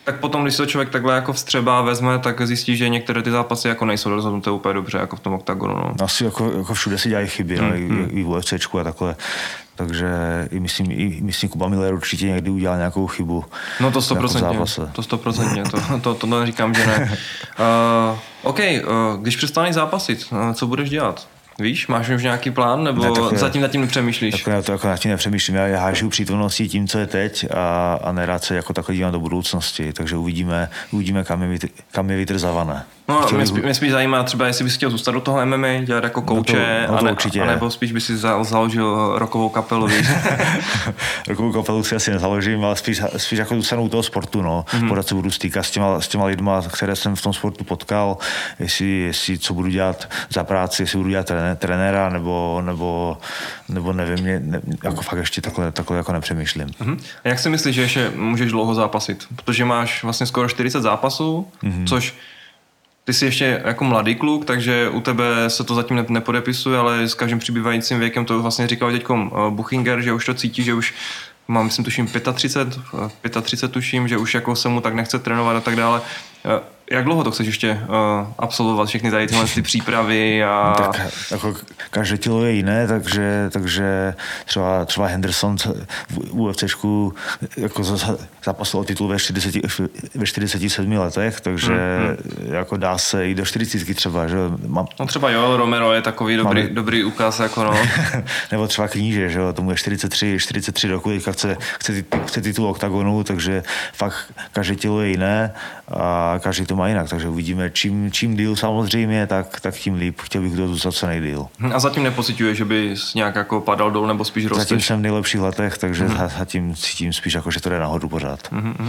[SPEAKER 1] Tak potom, když se to člověk takhle jako vstřebá, vezme, tak zjistí, že některé ty zápasy jako nejsou rozhodnuté úplně dobře, jako v tom oktagonu. No.
[SPEAKER 2] Asi jako, jako všude si dělají chyby, hmm, no, hmm. i, i v UFCčku a takhle. Takže i myslím, i myslím Kuba Miller určitě někdy udělal nějakou chybu.
[SPEAKER 1] No to stoprocentně, to stoprocentně, to, to, to neříkám, že ne. Uh, OK, uh, když přestaneš zápasit, uh, co budeš dělat? Víš, máš už nějaký plán, nebo ne, takhle, zatím nad tím nepřemýšlíš?
[SPEAKER 2] Takhle já to jako nad tím nepřemýšlím. Já, já hážu přítomností tím, co je teď a, a nerad se jako takhle dívám do budoucnosti. Takže uvidíme, uvidíme kam, je, kam je vytrzávané.
[SPEAKER 1] No, mě, spí, mě spíš zajímá třeba, jestli bys chtěl zůstat do toho M M A, dělat jako kouče,
[SPEAKER 2] no to, no
[SPEAKER 1] to a nebo spíš by si založil rockovou kapelu, víš?
[SPEAKER 2] Rockovou kapelu si asi nezaložím, ale spíš, spíš jako zůstanu u toho sportu, no. Mm-hmm. Pořád se budu stýkat s těma, s těma lidma, které jsem v tom sportu potkal, jestli, jestli co budu dělat za práci, jestli budu dělat trené, trenéra, nebo, nebo, nebo nevím, ne, jako fakt ještě takhle, takhle jako nepřemýšlím.
[SPEAKER 1] Mm-hmm. A jak si myslíš, že ještě můžeš dlouho zápasit? Protože máš vlastně skoro čtyřicet zápasů, mm-hmm. což ty jsi ještě jako mladý kluk, takže u tebe se to zatím nepodepisuje, ale s každým přibývajícím věkem, to vlastně říkal teďkom Buchinger, že už to cítí, že už mám, myslím, tuším třicet pět, třicet pět tuším, že už jako se mu tak nechce trénovat a tak dále. Jak dlouho to chceš ještě uh, absolvovat všechny tady tyhle ty přípravy? A...
[SPEAKER 2] Tak jako každé tělo je jiné, takže, takže třeba, třeba Henderson v UFCčku jako zapasil o titul ve, čtyřiceti, ve čtyřiceti sedmi letech, takže mm, mm. jako dá se i do čtyřicítky třeba. Že? Mám...
[SPEAKER 1] No třeba Joel Romero je takový dobrý, Máme... dobrý ukaz. Jako no.
[SPEAKER 2] Nebo třeba Kníže, že? Tomu je čtyřicet tři, čtyřicet tři roku, teďka chce, chce, chce titul oktagonu, takže fakt každé tělo je jiné a každý to má jinak, takže uvidíme, čím, čím díl samozřejmě, tak, tak tím líp. Chtěl bych to zůstat co nejdýl.
[SPEAKER 1] A zatím nepociťuješ, že bys nějak jako padal dolů nebo spíš rosteš?
[SPEAKER 2] Zatím jsem v nejlepších letech, takže mm-hmm. zatím cítím spíš jako, že to jde nahoru pořád.
[SPEAKER 1] Mm-hmm.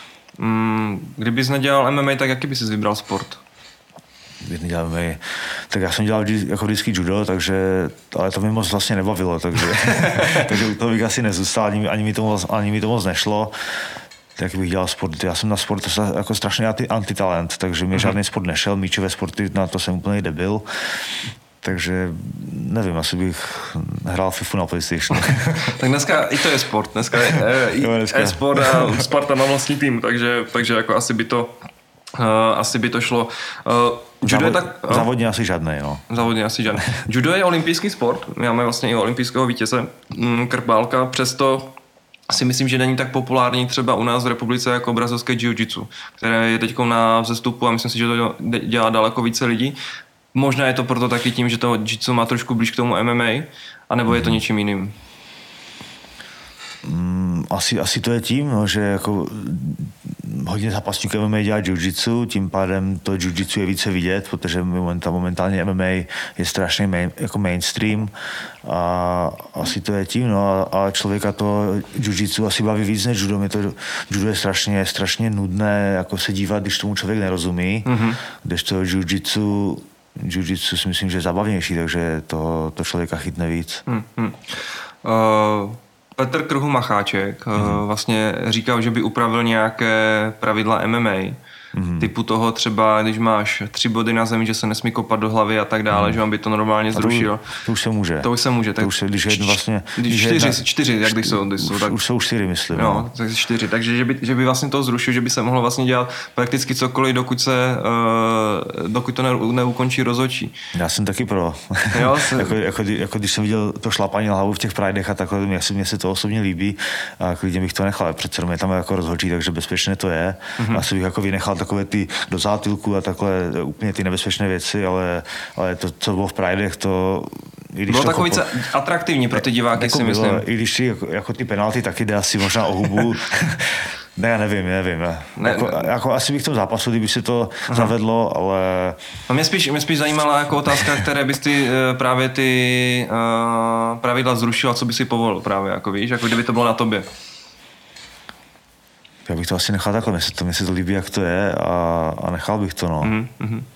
[SPEAKER 1] Mm, kdybys nedělal M M A, tak jaký bys vybral sport?
[SPEAKER 2] Když nedělal M M A, tak já jsem dělal jako vždycky judo, takže, ale to mi moc vlastně nebavilo, takže, takže to bych asi nezůstal, ani, ani, mi to moc, ani mi to moc nešlo. Tak bych dělal sport. Já jsem na sport jako strašně antitalent, takže mi mm-hmm. žádný sport nešel, míčové sporty, na to jsem úplně debil. Takže nevím, asi bych hrál FIFU na PlayStation.
[SPEAKER 1] Tak dneska i to je sport, dneska je i jo, dneska. e-sport a Sparta má vlastní tým, takže, takže jako asi by to, uh, asi by to šlo. Uh, judo
[SPEAKER 2] Závod,
[SPEAKER 1] je tak, uh,
[SPEAKER 2] závodně asi žádný, no.
[SPEAKER 1] Závodně asi žádný. Judo je olympijský sport, máme vlastně i olympijského vítěze, Krpálka, přesto si myslím, že není tak populární třeba u nás v republice jako brazilské jiu-jitsu, které je teď na vzestupu a myslím si, že to dělá daleko více lidí. Možná je to proto taky tím, že to jiu-jitsu má trošku blíž k tomu M M A, anebo je to něčím jiným?
[SPEAKER 2] Mm, asi, asi to je tím, no, že jako hodně zápasníků M M A dělá jiu-jitsu, tím pádem to jiu-jitsu je více vidět, protože momentálně M M A je strašně main, jako mainstream a asi to je tím, no a, a člověka to jiu-jitsu asi baví víc než judo. Mě to judo je strašně, strašně nudné jako se dívat, když tomu člověk nerozumí, mm-hmm. když to jiu-jitsu jiu-jitsu si myslím, že je zabavnější, takže to, to člověka chytne víc.
[SPEAKER 1] Mm-hmm. Uh... Petr Krhu Macháček mm-hmm. vlastně říkal, že by upravil nějaké pravidla M M A. Mm-hmm. Typu toho třeba, když máš tři body na zemi, že se nesmí kopat do hlavy a tak dále, mm. že on by to normálně zrušil.
[SPEAKER 2] To, to už se může.
[SPEAKER 1] To už se může. Tak
[SPEAKER 2] to už se, když je vlastně...
[SPEAKER 1] Když čtyři, jedna, čtyři, jak když jsou. Když jsou
[SPEAKER 2] už,
[SPEAKER 1] tak,
[SPEAKER 2] už jsou čtyři, myslím.
[SPEAKER 1] No, no. Tak čtyři. Takže že by, že by vlastně to zrušil, že by se mohlo vlastně dělat prakticky cokoliv, dokud se, uh, dokud to ne, neukončí rozhodčí.
[SPEAKER 2] Já jsem taky pro. Jo, se... jako, jako, jako, když jsem viděl to šlapání na hlavu v těch pridech a takhle, mě, mě se to osobně líbí a klidně bych to nechal. Přece jenom je tam jako rozhodčí, takže bezpečně to je. Mm-hmm. Asi bych jako vynechal takové ty do zátylku a takhle úplně ty nebezpečné věci, ale, ale to, co bylo v Pridech, to...
[SPEAKER 1] Bylo takový kopo... atraktivní pro ty diváky, jako si myslím.
[SPEAKER 2] Bylo, i když ty, jako, jako ty penalty taky jde asi možná o hubu. Ne, já nevím, nevím. Ne, jako, ne. Jako, asi bych v tom zápasu, kdyby se to Aha. zavedlo, ale...
[SPEAKER 1] No mě spíš, mě spíš zajímala jako otázka, které bys ty právě ty uh, pravidla zrušil a co by si povolil právě, jako víš, jako kdyby to bylo na tobě.
[SPEAKER 2] Já bych to asi nechal takhle, mně se to, mně se to líbí, jak to je a, a nechal bych to, no.
[SPEAKER 1] Mm-hmm.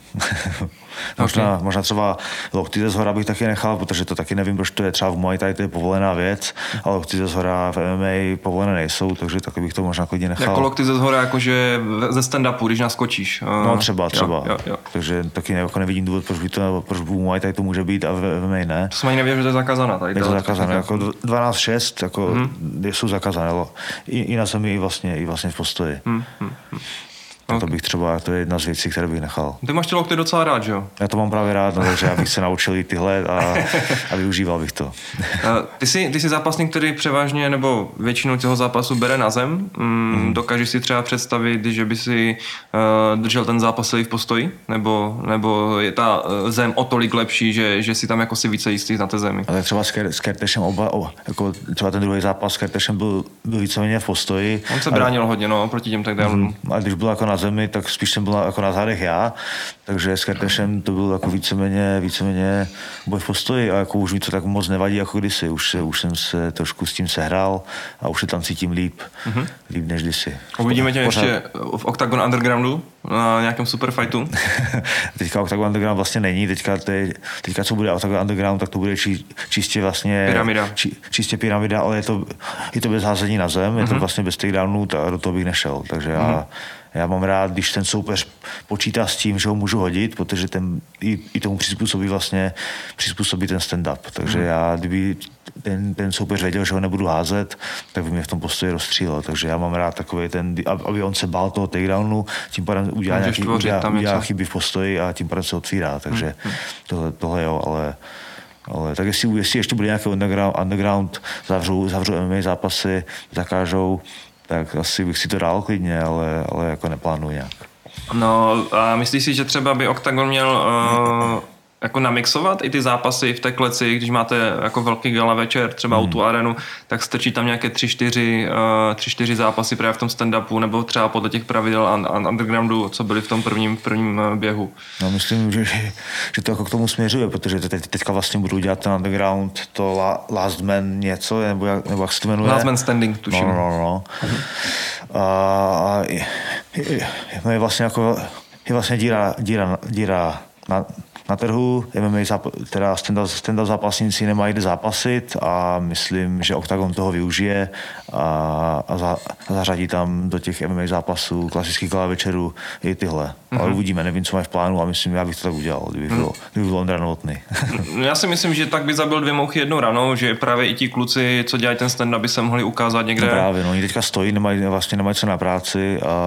[SPEAKER 2] možná,
[SPEAKER 1] okay.
[SPEAKER 2] možná třeba lokty ze zhora bych taky nechal, protože to taky nevím, proč to je třeba v Muay Thai, to je povolená věc, ale lokty ze zhora v M M A povolené nejsou, takže taky bych to možná klidně nechal.
[SPEAKER 1] Jako lokty ze zhora, jakože ze stand-upu, když naskočíš.
[SPEAKER 2] No třeba, třeba.
[SPEAKER 1] Jo, jo, jo.
[SPEAKER 2] Takže taky jako nevidím důvod, proč by to, proč by Muay Thai to může být a v M M A ne.
[SPEAKER 1] To jsem ani nevěděl, že to je zakázané. Tady
[SPEAKER 2] je to zakázané, jako dvanáct šest, jako hmm. jsou zakázané, i, i na zemi, i vlastně, i vlastně v postoji. Hmm. Hmm. Okay. To bych třeba, to je jedna z věcí, které bych nechal.
[SPEAKER 1] Ty máš ty lokty docela rád, že jo?
[SPEAKER 2] Já to mám právě rád, no, takže já bych se naučil i tyhle a, a využíval bych to.
[SPEAKER 1] Ty jsi, ty jsi zápasník, který převážně nebo většinu toho zápasu bere na zem. Mm, mm. Dokážeš si třeba představit, že by si uh, držel ten zápas celý v postoji? Nebo, nebo je ta zem o tolik lepší, že, že si tam jako si více jistý na té zemi?
[SPEAKER 2] Ale třeba s, Ker, s Kertešem oba, o, jako třeba ten druhý zápas s Kertešem byl, byl víceméně v postoji.
[SPEAKER 1] On se bránil a, hodně, no, proti těm takedownům.
[SPEAKER 2] Mm, a když byl jako na zemi, tak spíš jsem byl jako na zádech já, takže s Kertešem to byl jako víceméně, víceméně boj v postoji a jako už mi to tak moc nevadí jako kdysi. Už, se, už jsem se trošku s tím sehrál a už se tam cítím líp, mm-hmm. líp než kdysi.
[SPEAKER 1] Uvidíme tě Pořád... ještě v Octagon Undergroundu na nějakém superfightu?
[SPEAKER 2] Teďka Octagon Underground vlastně není, teďka, je, teďka co bude Octagon Underground, tak to bude či, čistě vlastně...
[SPEAKER 1] Pyramida.
[SPEAKER 2] Či, čistě pyramida, ale je to, je to bez házení na zem, mm-hmm. je to vlastně bez takedownů a do toho bych nešel, takže mm-hmm. já Já mám rád, když ten soupeř počítá s tím, že ho můžu hodit, protože ten, i, i tomu přizpůsobí vlastně přizpůsobí ten stand-up. Takže já, kdyby ten, ten soupeř věděl, že ho nebudu házet, tak by mě v tom postoji rozstřílel. Takže já mám rád takový ten, aby on se bál toho takedownu, tím pádem udělá, nějaký, udělá, udělá chyby v postoji a tím pádem se otvírá. Takže hmm. tohle, tohle jo, ale Ale tak jestli, jestli ještě bude nějaký underground, underground zavřou, zavřou M M A zápasy, zakážou, tak asi bych si to dal klidně, ale, ale jako neplánuji nějak.
[SPEAKER 1] No a myslíš si, že třeba by Octagon měl uh, jako namixovat i ty zápasy v té kleci, když máte jako velký gala večer, třeba hmm. u tu arenu, tak strčí tam nějaké tři, čtyři, uh, tři, čtyři zápasy právě v tom stand-upu, nebo třeba podle těch pravidel un- undergroundu, co byly v tom prvním, prvním běhu.
[SPEAKER 2] No myslím, že, že to jako k tomu směřuje, protože teď, teďka vlastně budu dělat ten underground, to la, Last Man něco, nebo jak, nebo jak se to jmenuje?
[SPEAKER 1] Last Man Standing, tuším.
[SPEAKER 2] No, no, no. Hmm. A, a je, je, je vlastně jako, je vlastně díra, díra, díra na, na trhu, M M A záp- teda stand-up zápasníci nemají kde zápasit a myslím, že Octagon toho využije a, a, za, a zařadí tam do těch M M A zápasů, klasických gala večerů i tyhle. Mm-hmm. Ale uvidíme, nevím, co mají v plánu a myslím, já bych to tak udělal, kdyby byl, kdyby byl Ondra Novotný.
[SPEAKER 1] Já si myslím, že tak by zabil dvě mouchy jednou ranou, že právě i ti kluci, co dělají ten stand-up, by se mohli ukázat někde.
[SPEAKER 2] No právě, no, oni teďka stojí, nemají, vlastně nemají co na práci a,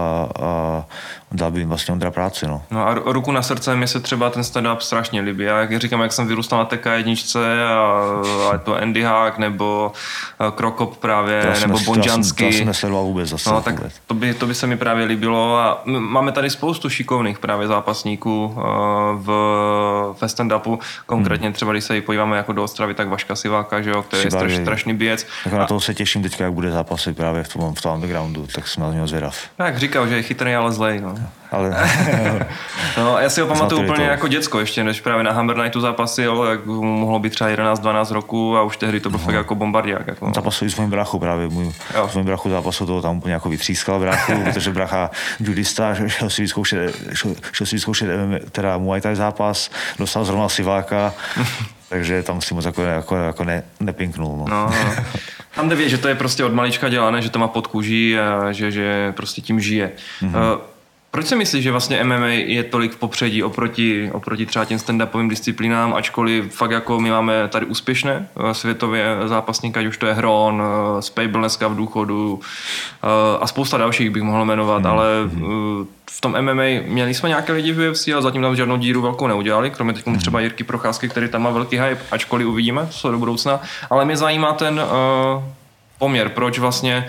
[SPEAKER 2] a dal by jim vlastně Ondra práci, no.
[SPEAKER 1] No a ruku na srdce, mi se třeba ten stand-up strašně líbí. Já jak říkám, jak jsem vyrůstal na T K jedna a, a to Andy Haag nebo Krokop právě,
[SPEAKER 2] to
[SPEAKER 1] nebo
[SPEAKER 2] Bonžansky. To jsem nesledoval vůbec zase.
[SPEAKER 1] No, tak to by, to by se mi právě líbilo a máme tady spoustu šikovných právě zápasníků v, ve stand-upu. Konkrétně hmm. třeba, když se podíváme jako do Ostravy, tak Vaška Siváka, že jo, který je straš, strašný běc.
[SPEAKER 2] Tak na toho se těším teďka, jak bude zápasit právě v tom, v tom undergroundu, tak jsem na něho zvědav.
[SPEAKER 1] Jak říkal, že je chytrý, ale zlej, no.
[SPEAKER 2] Ale...
[SPEAKER 1] no, já si ho pamatuju úplně to. Jako děcko, ještě než právě na Hammer Nightu zápasil, jak mohlo být třeba jedenáct dvanáct roku a už tehdy to byl no. fakt jako bombardiák. Jako.
[SPEAKER 2] Zápasují s mojím bráchu právě, můj svým bráchu zápasu toho tam úplně jako vytřískal bráchu, protože brácha judista, šel si vyzkoušet, šel, šel si vyzkoušet teda Muay Thai zápas, dostal zrovna Siváka, takže tam si moc jako, jako, jako ne, nepinknul. No.
[SPEAKER 1] No, no. Tam jde vědět, že to je prostě od malička dělané, že to má pod kůží a že, že prostě tím žije. Mm-hmm. Uh, Proč si myslíš, že vlastně M M A je tolik v popředí oproti, oproti třeba těm stand-upovým disciplínám, ačkoliv fakt jako my máme tady úspěšné světově zápasníky, ať už to je Hron, Spable dneska v důchodu a spousta dalších bych mohl jmenovat, mm. ale v tom M M A měli jsme nějaké lidi v U F C, ale zatím tam žádnou díru velkou neudělali, kromě teď třeba Jirky Procházky, který tam má velký hype, ačkoliv uvidíme, co do budoucna, ale mě zajímá ten uh, poměr, proč vlastně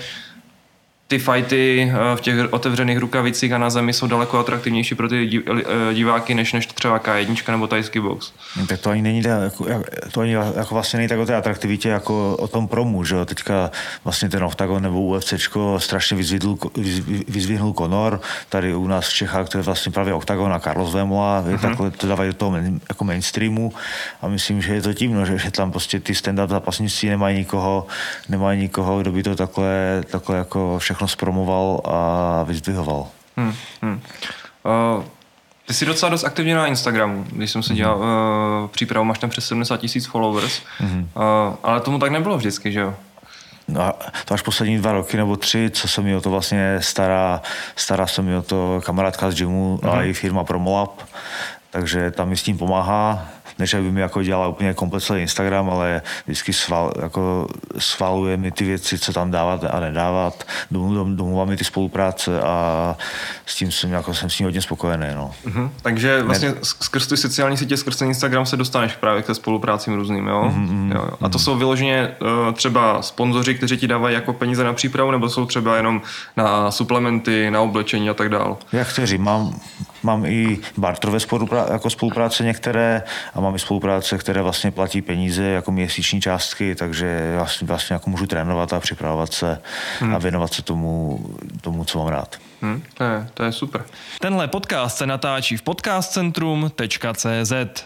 [SPEAKER 1] ty fighty v těch otevřených rukavicích a na zemi jsou daleko atraktivnější pro ty diváky, než, než třeba K jedna nebo tajský box.
[SPEAKER 2] Tak to ani není jako, to ani jako vlastně není tak o té atraktivitě jako o tom promu, že teďka vlastně ten Octagon nebo UFCčko strašně vyzvihnul, vyzvihnul Conor, tady u nás v Čechách to je vlastně právě Octagon a Carlos Vemola, mm-hmm. takhle to dávají do toho jako mainstreamu a myslím, že je to tím, no, že, že tam prostě ty stand-up zápasníci nemají nikoho, nemají nikoho, kdo by to takhle, takhle jako všechno zpromoval a vyzdvihoval.
[SPEAKER 1] Hmm, hmm. Uh, Ty jsi docela dost aktivní na Instagramu, když jsem se dělal mm-hmm. uh, přípravu, máš tam přes sedmdesát tisíc followers, mm-hmm. uh, ale tomu tak nebylo vždycky, že jo?
[SPEAKER 2] No, to až poslední dva roky nebo tři, co se mi o to vlastně stará, stará se mi o to kamarádka z gymu mm-hmm. a i firma Promolab, takže tam mi s tím pomáhá. Ne, že by mi jako dělala úplně komplet celý Instagram, ale vždycky sval, jako svaluje mi ty věci, co tam dávat a nedávat, domluvá mi ty spolupráce a s tím jsem, jako, jsem s tím hodně spokojený. No.
[SPEAKER 1] Uh-huh. Takže vlastně ne... skrz ty sociální sítě, skrz ten Instagram se dostaneš právě k té spoluprácím různým, jo? Uh-huh. jo, jo. A to jsou vyloženě uh, třeba sponzoři, kteří ti dávají jako peníze na přípravu, nebo jsou třeba jenom na suplementy, na oblečení a tak dále?
[SPEAKER 2] Jak kteří, mám, mám i barterové spolupráce, jako spolupráce některé a mám i spolupráce, které vlastně platí peníze jako měsíční částky, takže vlastně, vlastně jako můžu trénovat a připravovat se hmm. a věnovat se tomu, tomu co mám rád.
[SPEAKER 1] Hmm, to, je, to je super. Tenhle podcast se natáčí v podcastcentrum tečka cé zet.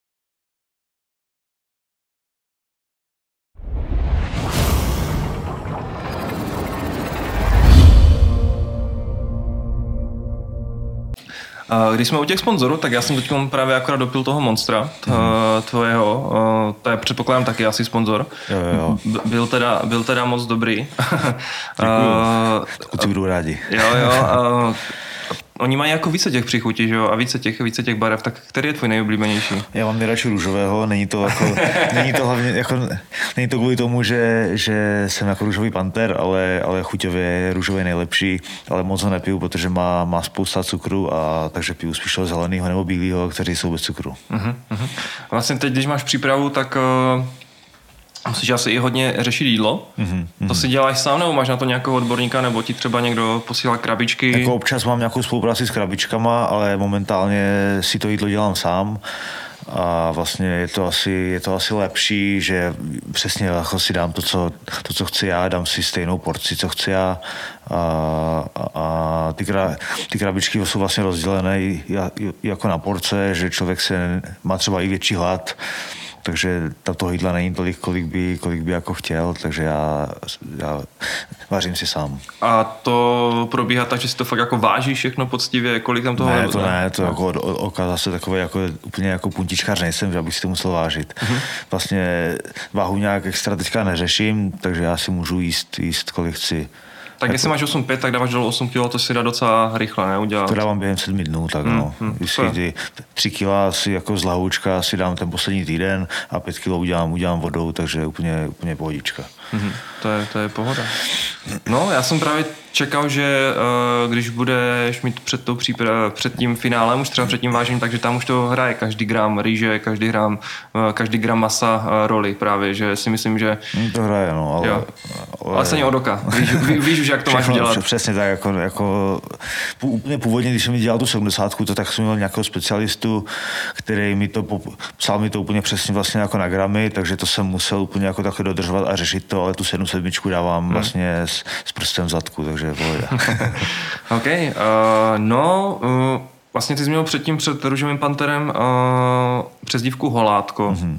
[SPEAKER 1] Když jsme u těch sponzorů, tak já jsem teď právě akorát dopil toho Monstra, tvojeho, to je předpokládám taky asi sponzor.
[SPEAKER 2] Jo, jo.
[SPEAKER 1] Byl teda, byl teda moc dobrý.
[SPEAKER 2] Kluci budou rádi.
[SPEAKER 1] Jo, jo. Oni mají jako více těch příchutí, že jo, a více těch, více těch barev, tak který je tvůj nejoblíbenější?
[SPEAKER 2] Já mám nejradši růžového, není to jako, není to hlavně, jako, není to kvůli tomu, že, že jsem jako růžový panter, ale, ale chuťově je růžový nejlepší, ale moc ho nepiju, protože má, má spousta cukru a takže piju spíš toho zeleného nebo bílého, kteří jsou bez cukru. Uh-huh,
[SPEAKER 1] uh-huh. Vlastně teď, když máš přípravu, tak uh... musíš asi i hodně řešit jídlo. Mm-hmm. To si děláš sám, nebo máš na to nějakého odborníka, nebo ti třeba někdo posílá krabičky?
[SPEAKER 2] Jako občas mám nějakou spolupráci s krabičkama, ale momentálně si to jídlo dělám sám. A vlastně je to asi, je to asi lepší, že přesně jako si dám to co, to, co chci já, dám si stejnou porci, co chci já. A, a, a ty, kra, ty krabičky jsou vlastně rozdělené i, i, jako na porce, že člověk se má třeba i větší hlad. Takže toho jídla není tolik, kolik by, kolik by jako chtěl, takže já, já vařím si sám.
[SPEAKER 1] A to probíhá tak, že si to fakt jako vážíš všechno poctivě, kolik tam toho?
[SPEAKER 2] Ne, to ne, to jako od oka zase takové jako úplně jako puntičkář nejsem, že abych si to musel vážit. Uh-huh. Vlastně váhu nějak extra teďka neřeším, takže já si můžu jíst, jíst kolik chci.
[SPEAKER 1] Tak jestli máš osm pět, tak dáváš dolů osm kilo, to si dá docela rychle, ne? Udělat.
[SPEAKER 2] To dávám během sedmi dnů, tak hmm, no. Hmm, Vždycky ty tři kila si jako z lahůčka si dám ten poslední týden a pět kilo udělám, udělám vodou, takže úplně, úplně pohodička.
[SPEAKER 1] Hmm, to je, to je pohoda. No, já jsem právě čekal, že uh, když budeš mít před, tou příprav, před tím finálem, už třeba před tím vážením, takže tam už to hraje každý gram rýže, každý gram, uh, každý gram masa uh, roli právě, že si myslím, že...
[SPEAKER 2] To hraje, no, ale...
[SPEAKER 1] Jo. Ale, ale se od oka. Víš, ví, víš už, jak to máš dělat.
[SPEAKER 2] Přesně tak, jako, jako úplně původně, když jsem mi dělal tu sedmdesátku, to tak jsem měl nějakého specialistu, který mi to, psal mi to úplně přesně vlastně jako na gramy, takže to jsem musel úplně jako takhle dodržovat a řešit to, ale tu sedm sedmičku dávám hmm. vlastně s, s prstem v zadku, takže
[SPEAKER 1] OK, uh, no, uh, vlastně ty jsi měl předtím před Růžovým panterem uh, přezdívku Holátko. Mm-hmm.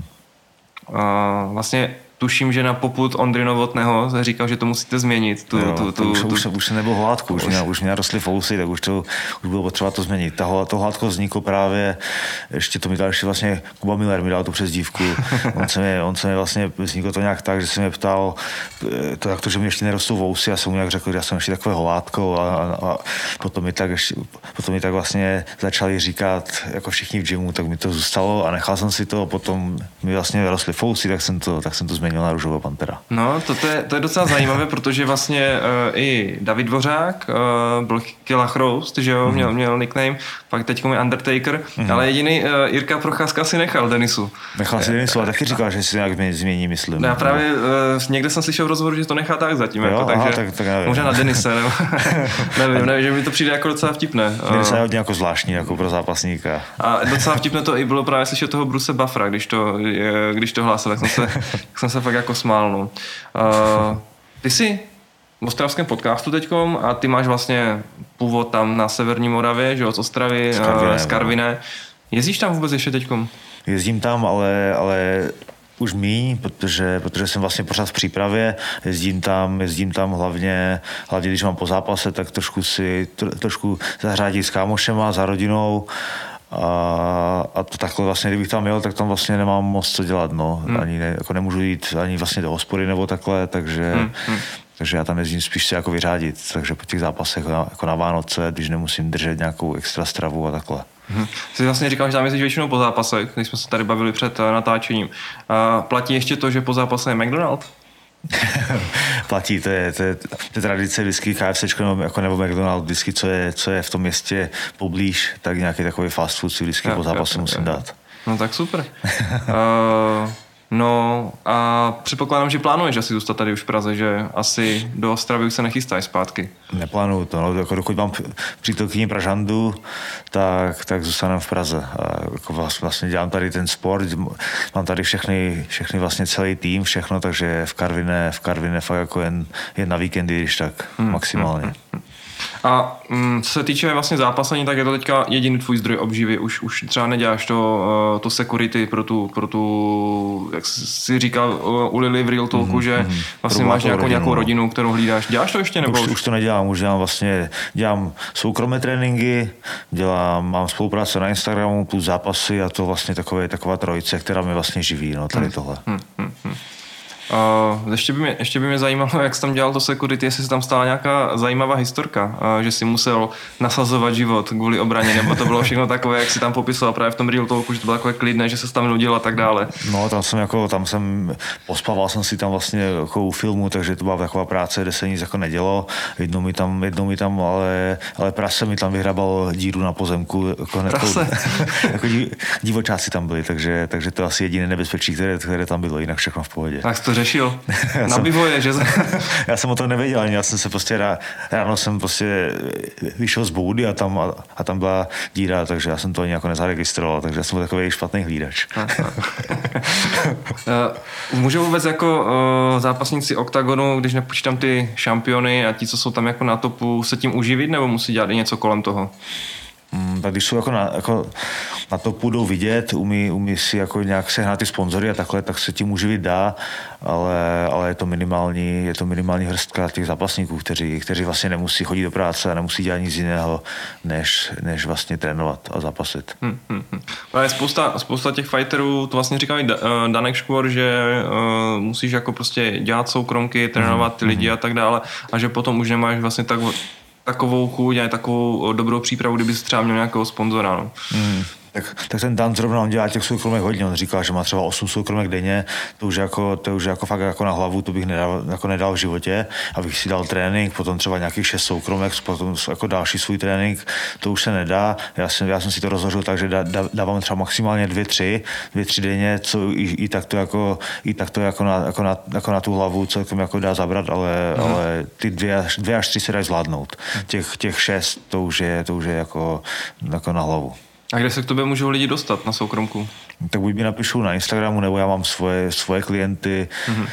[SPEAKER 1] Uh, vlastně tuším, že na popud Ondry Novotného říkal, že to musíte změnit. Tu,
[SPEAKER 2] jo,
[SPEAKER 1] tu, tu,
[SPEAKER 2] už,
[SPEAKER 1] tu,
[SPEAKER 2] už, už se nebyl Holátko, už, mě, už mě rostly fousy, tak už, to, už bylo potřeba to změnit. Ta, to Holátko vzniklo právě, ještě to mi dal ještě vlastně Kuba Miller mi dal tu přezdívku. On se mě, on se mě vlastně, vzniklo to nějak tak, že se mě ptal, to jak to, že mi ještě nerostou vousy, já jsem mu nějak řekl, že já jsem ještě takové Holátko a, a, a potom, mi tak, potom mi tak vlastně začali říkat, jako všichni v gymu, tak mi to zůstalo a nechal jsem si to, potom mi vlastně rostly fousy, tak jsem to, tak jsem to změnil na Růžového pantera.
[SPEAKER 1] No, to, to, je, to je docela zajímavé, protože vlastně uh, i David Dvořák uh, byl Killa Chroust, že jo, mm. měl, měl nickname, pak teď je Undertaker, mm. ale jediný uh, Jirka Procházka si nechal Denisu.
[SPEAKER 2] Nechal si Denisu, ale taky říkal, že si nějak změní, myslím.
[SPEAKER 1] Já právě uh, někde jsem slyšel v rozhovoru, že to nechá tak zatím, jo, jako,
[SPEAKER 2] aha,
[SPEAKER 1] takže
[SPEAKER 2] tak, tak nevím.
[SPEAKER 1] možná na Denise, nebo nevím, nevím, že mi to přijde jako docela vtipné.
[SPEAKER 2] Denise je hodně jako zvláštní, jako pro zápasníka.
[SPEAKER 1] A docela vtipné to i bylo právě slyšet toho Bruce Buffera, když to, když to hlásil, tak jsem se, tak jsem se fakt jako smál. No. Uh, ty jsi v ostravském podcastu teďkom a ty máš vlastně původ tam na severní Moravě, že jo, z Ostravy, z Karviné. Uh, z Karviné. Jezdíš tam vůbec ještě teďkom?
[SPEAKER 2] Jezdím tam, ale, ale už míň, protože, protože jsem vlastně pořád v přípravě. Jezdím tam, jezdím tam hlavně, hlavně když mám po zápase, tak trošku si tro, trošku zahrádit s kámošema, za rodinou. A, a to takhle vlastně, kdybych tam jel, tak tam vlastně nemám moc co dělat, no. Hmm. Ani ne, jako nemůžu jít ani vlastně do hospody nebo takhle, takže, hmm. Hmm. takže já tam jezdím spíš se jako vyřádit, takže po těch zápasech jako na, jako na Vánoce, když nemusím držet nějakou extra stravu a takhle.
[SPEAKER 1] Hmm. Jsi vlastně říkal, že tam jezdíš většinou po zápasech, když jsme se tady bavili před natáčením. A platí ještě to, že po zápase je McDonald's?
[SPEAKER 2] Platí, to je, to je, to je tradice vždycky KFCčko nebo, jako nebo McDonald's, vždycky co je, co je v tom městě poblíž, tak nějaký takový fast food si vždycky jo, po zápase jo, musím jo. dát.
[SPEAKER 1] No tak super. uh, no a předpokládám, že plánuješ asi zůstat tady už v Praze, že asi do Ostravy už se nechystáš zpátky.
[SPEAKER 2] Neplánuju to, no, jako dokud mám přítelkyni Pražandu, tak, tak zůstanem v Praze. A jako vlastně dělám tady ten sport, mám tady všechny, všechny vlastně celý tým, všechno, takže v Karviné, v Karviné fakt jako jen, jen na víkendy, když tak hmm, maximálně. Hmm, hmm.
[SPEAKER 1] A mm, co se týče vlastně zápasení, tak je to teďka jediný tvůj zdroj obživy. Už, už třeba neděláš to, uh, to security pro tu, pro tu, jak jsi říkal uh, u Lily v Real Talku, mm-hmm, že vlastně máš nějakou, rodinu, nějakou rodinu, kterou hlídáš. Děláš to ještě? Nebo
[SPEAKER 2] už, už to nedělám, už dělám vlastně, dělám soukromé tréninky, dělám, mám spolupráce na Instagramu plus zápasy a to vlastně takové, taková trojice, která mě vlastně živí, no, tady mm, tohle. Mm, mm, mm.
[SPEAKER 1] Uh, ještě, by mě, ještě by mě zajímalo, jak jsi tam dělal to security, jestli se tam stala nějaká zajímavá historka, uh, že jsi musel nasazovat život kvůli obraně, nebo to bylo všechno takové, jak jsi tam popisoval právě v tom Real Talku, že to bylo takové klidné, že se tam nudil a tak dále.
[SPEAKER 2] No, tam jsem jako, tam jsem, pospával jsem si tam vlastně jako u filmu, takže to byla taková práce, kde se nic jako nedělo. Jednou mi tam, jednou mi tam, ale, ale prase mi tam vyhrabalo díru na pozemku. Jako
[SPEAKER 1] prase?
[SPEAKER 2] Jako divočáci tam byli, takže, takže to asi jediné nebezpečí, které, které tam bylo, jinak všechno v pohodě.
[SPEAKER 1] Tak to řešil? Na bivoje, že?
[SPEAKER 2] Já jsem o tom nevěděl, ani já jsem se prostě rá, ráno jsem prostě vyšel z boudy a tam, a, a tam byla díra, takže já jsem to ani jako nezaregistroval, takže já jsem byl takový špatný hlídač.
[SPEAKER 1] Můžou vůbec jako uh, zápasníci OKTAGONu, když nepočítám ty šampiony a ti, co jsou tam jako na topu, se tím uživit, nebo musí dělat i něco kolem toho?
[SPEAKER 2] Mm, tak když jsou jako na, jako na to půjdou vidět, umí, umí si jako nějak sehnat ty sponzory a takhle, tak se tím uživit dá, ale, ale je to minimální, je to minimální hrstka těch zápasníků, kteří, kteří vlastně nemusí chodit do práce a nemusí dělat nic jiného, než, než vlastně trénovat a zápasit. Hmm, hmm,
[SPEAKER 1] hmm. Ale spousta, spousta těch fighterů, to vlastně říkal i Danek Škvor, že uh, musíš jako prostě dělat soukromky, trénovat ty lidi hmm. a tak dále a že potom už nemáš vlastně tak takovou chuť a takovou dobrou přípravu, kdyby jsi třeba měl nějakého sponzora. No.
[SPEAKER 2] Mm. Tak, tak ten Dan zrovna on dělá těch soukromek hodně, on říká, že má třeba osm soukromek denně, to už jako, to už jako fakt jako na hlavu, to bych nedal, jako nedal v životě, abych si dal trénink, potom třeba nějakých šest soukromek, potom jako další svůj trénink, to už se nedá, já jsem, já jsem si to rozhodl tak, že dá, dávám třeba maximálně dvě, tři, dvě, tři denně, co i, i tak to jako, i tak to jako na, jako na, jako na tu hlavu celkem jako dá zabrat, ale, mm. ale ty dvě až, dvě až tři se dají zvládnout, těch, těch šest, to už je, to už je jako, jako na hlavu.
[SPEAKER 1] A kde se k tobě můžou lidi dostat na soukromku?
[SPEAKER 2] Tak buď mi napíšou na Instagramu, nebo já mám svoje, svoje klienty mm-hmm.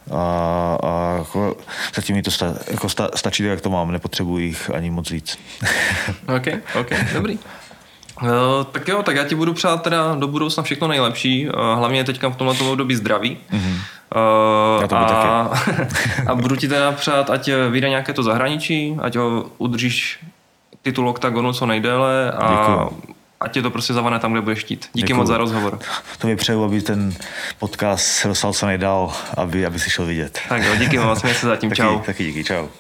[SPEAKER 2] a, a jako, zatím mi to sta, jako sta, stačí, jak to mám, nepotřebuji jich ani moc víc.
[SPEAKER 1] OK, OK, dobrý. Uh, tak jo, tak já ti budu přát teda do budoucna všechno nejlepší, uh, hlavně teďka v tomhle období zdraví. Mm-hmm. Uh,
[SPEAKER 2] to
[SPEAKER 1] a, a budu ti teda přát, ať vyjde nějaké to zahraničí, ať ho udržíš titul OKTAGONu co nejdéle a děkuju. Ať tě to prostě zavane tam, kde budeš chtít. Díky Děkuju. moc za rozhovor.
[SPEAKER 2] To mi přeju, aby ten podcast se dostal co nejdál, aby, aby si šel vidět.
[SPEAKER 1] Tak jo, díky moc, měj se zatím,
[SPEAKER 2] taky,
[SPEAKER 1] čau.
[SPEAKER 2] Taky díky, čau.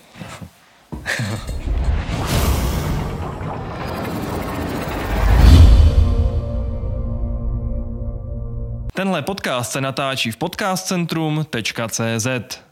[SPEAKER 1] Tenhle podcast se natáčí v podcastcentrum tečka cé zet.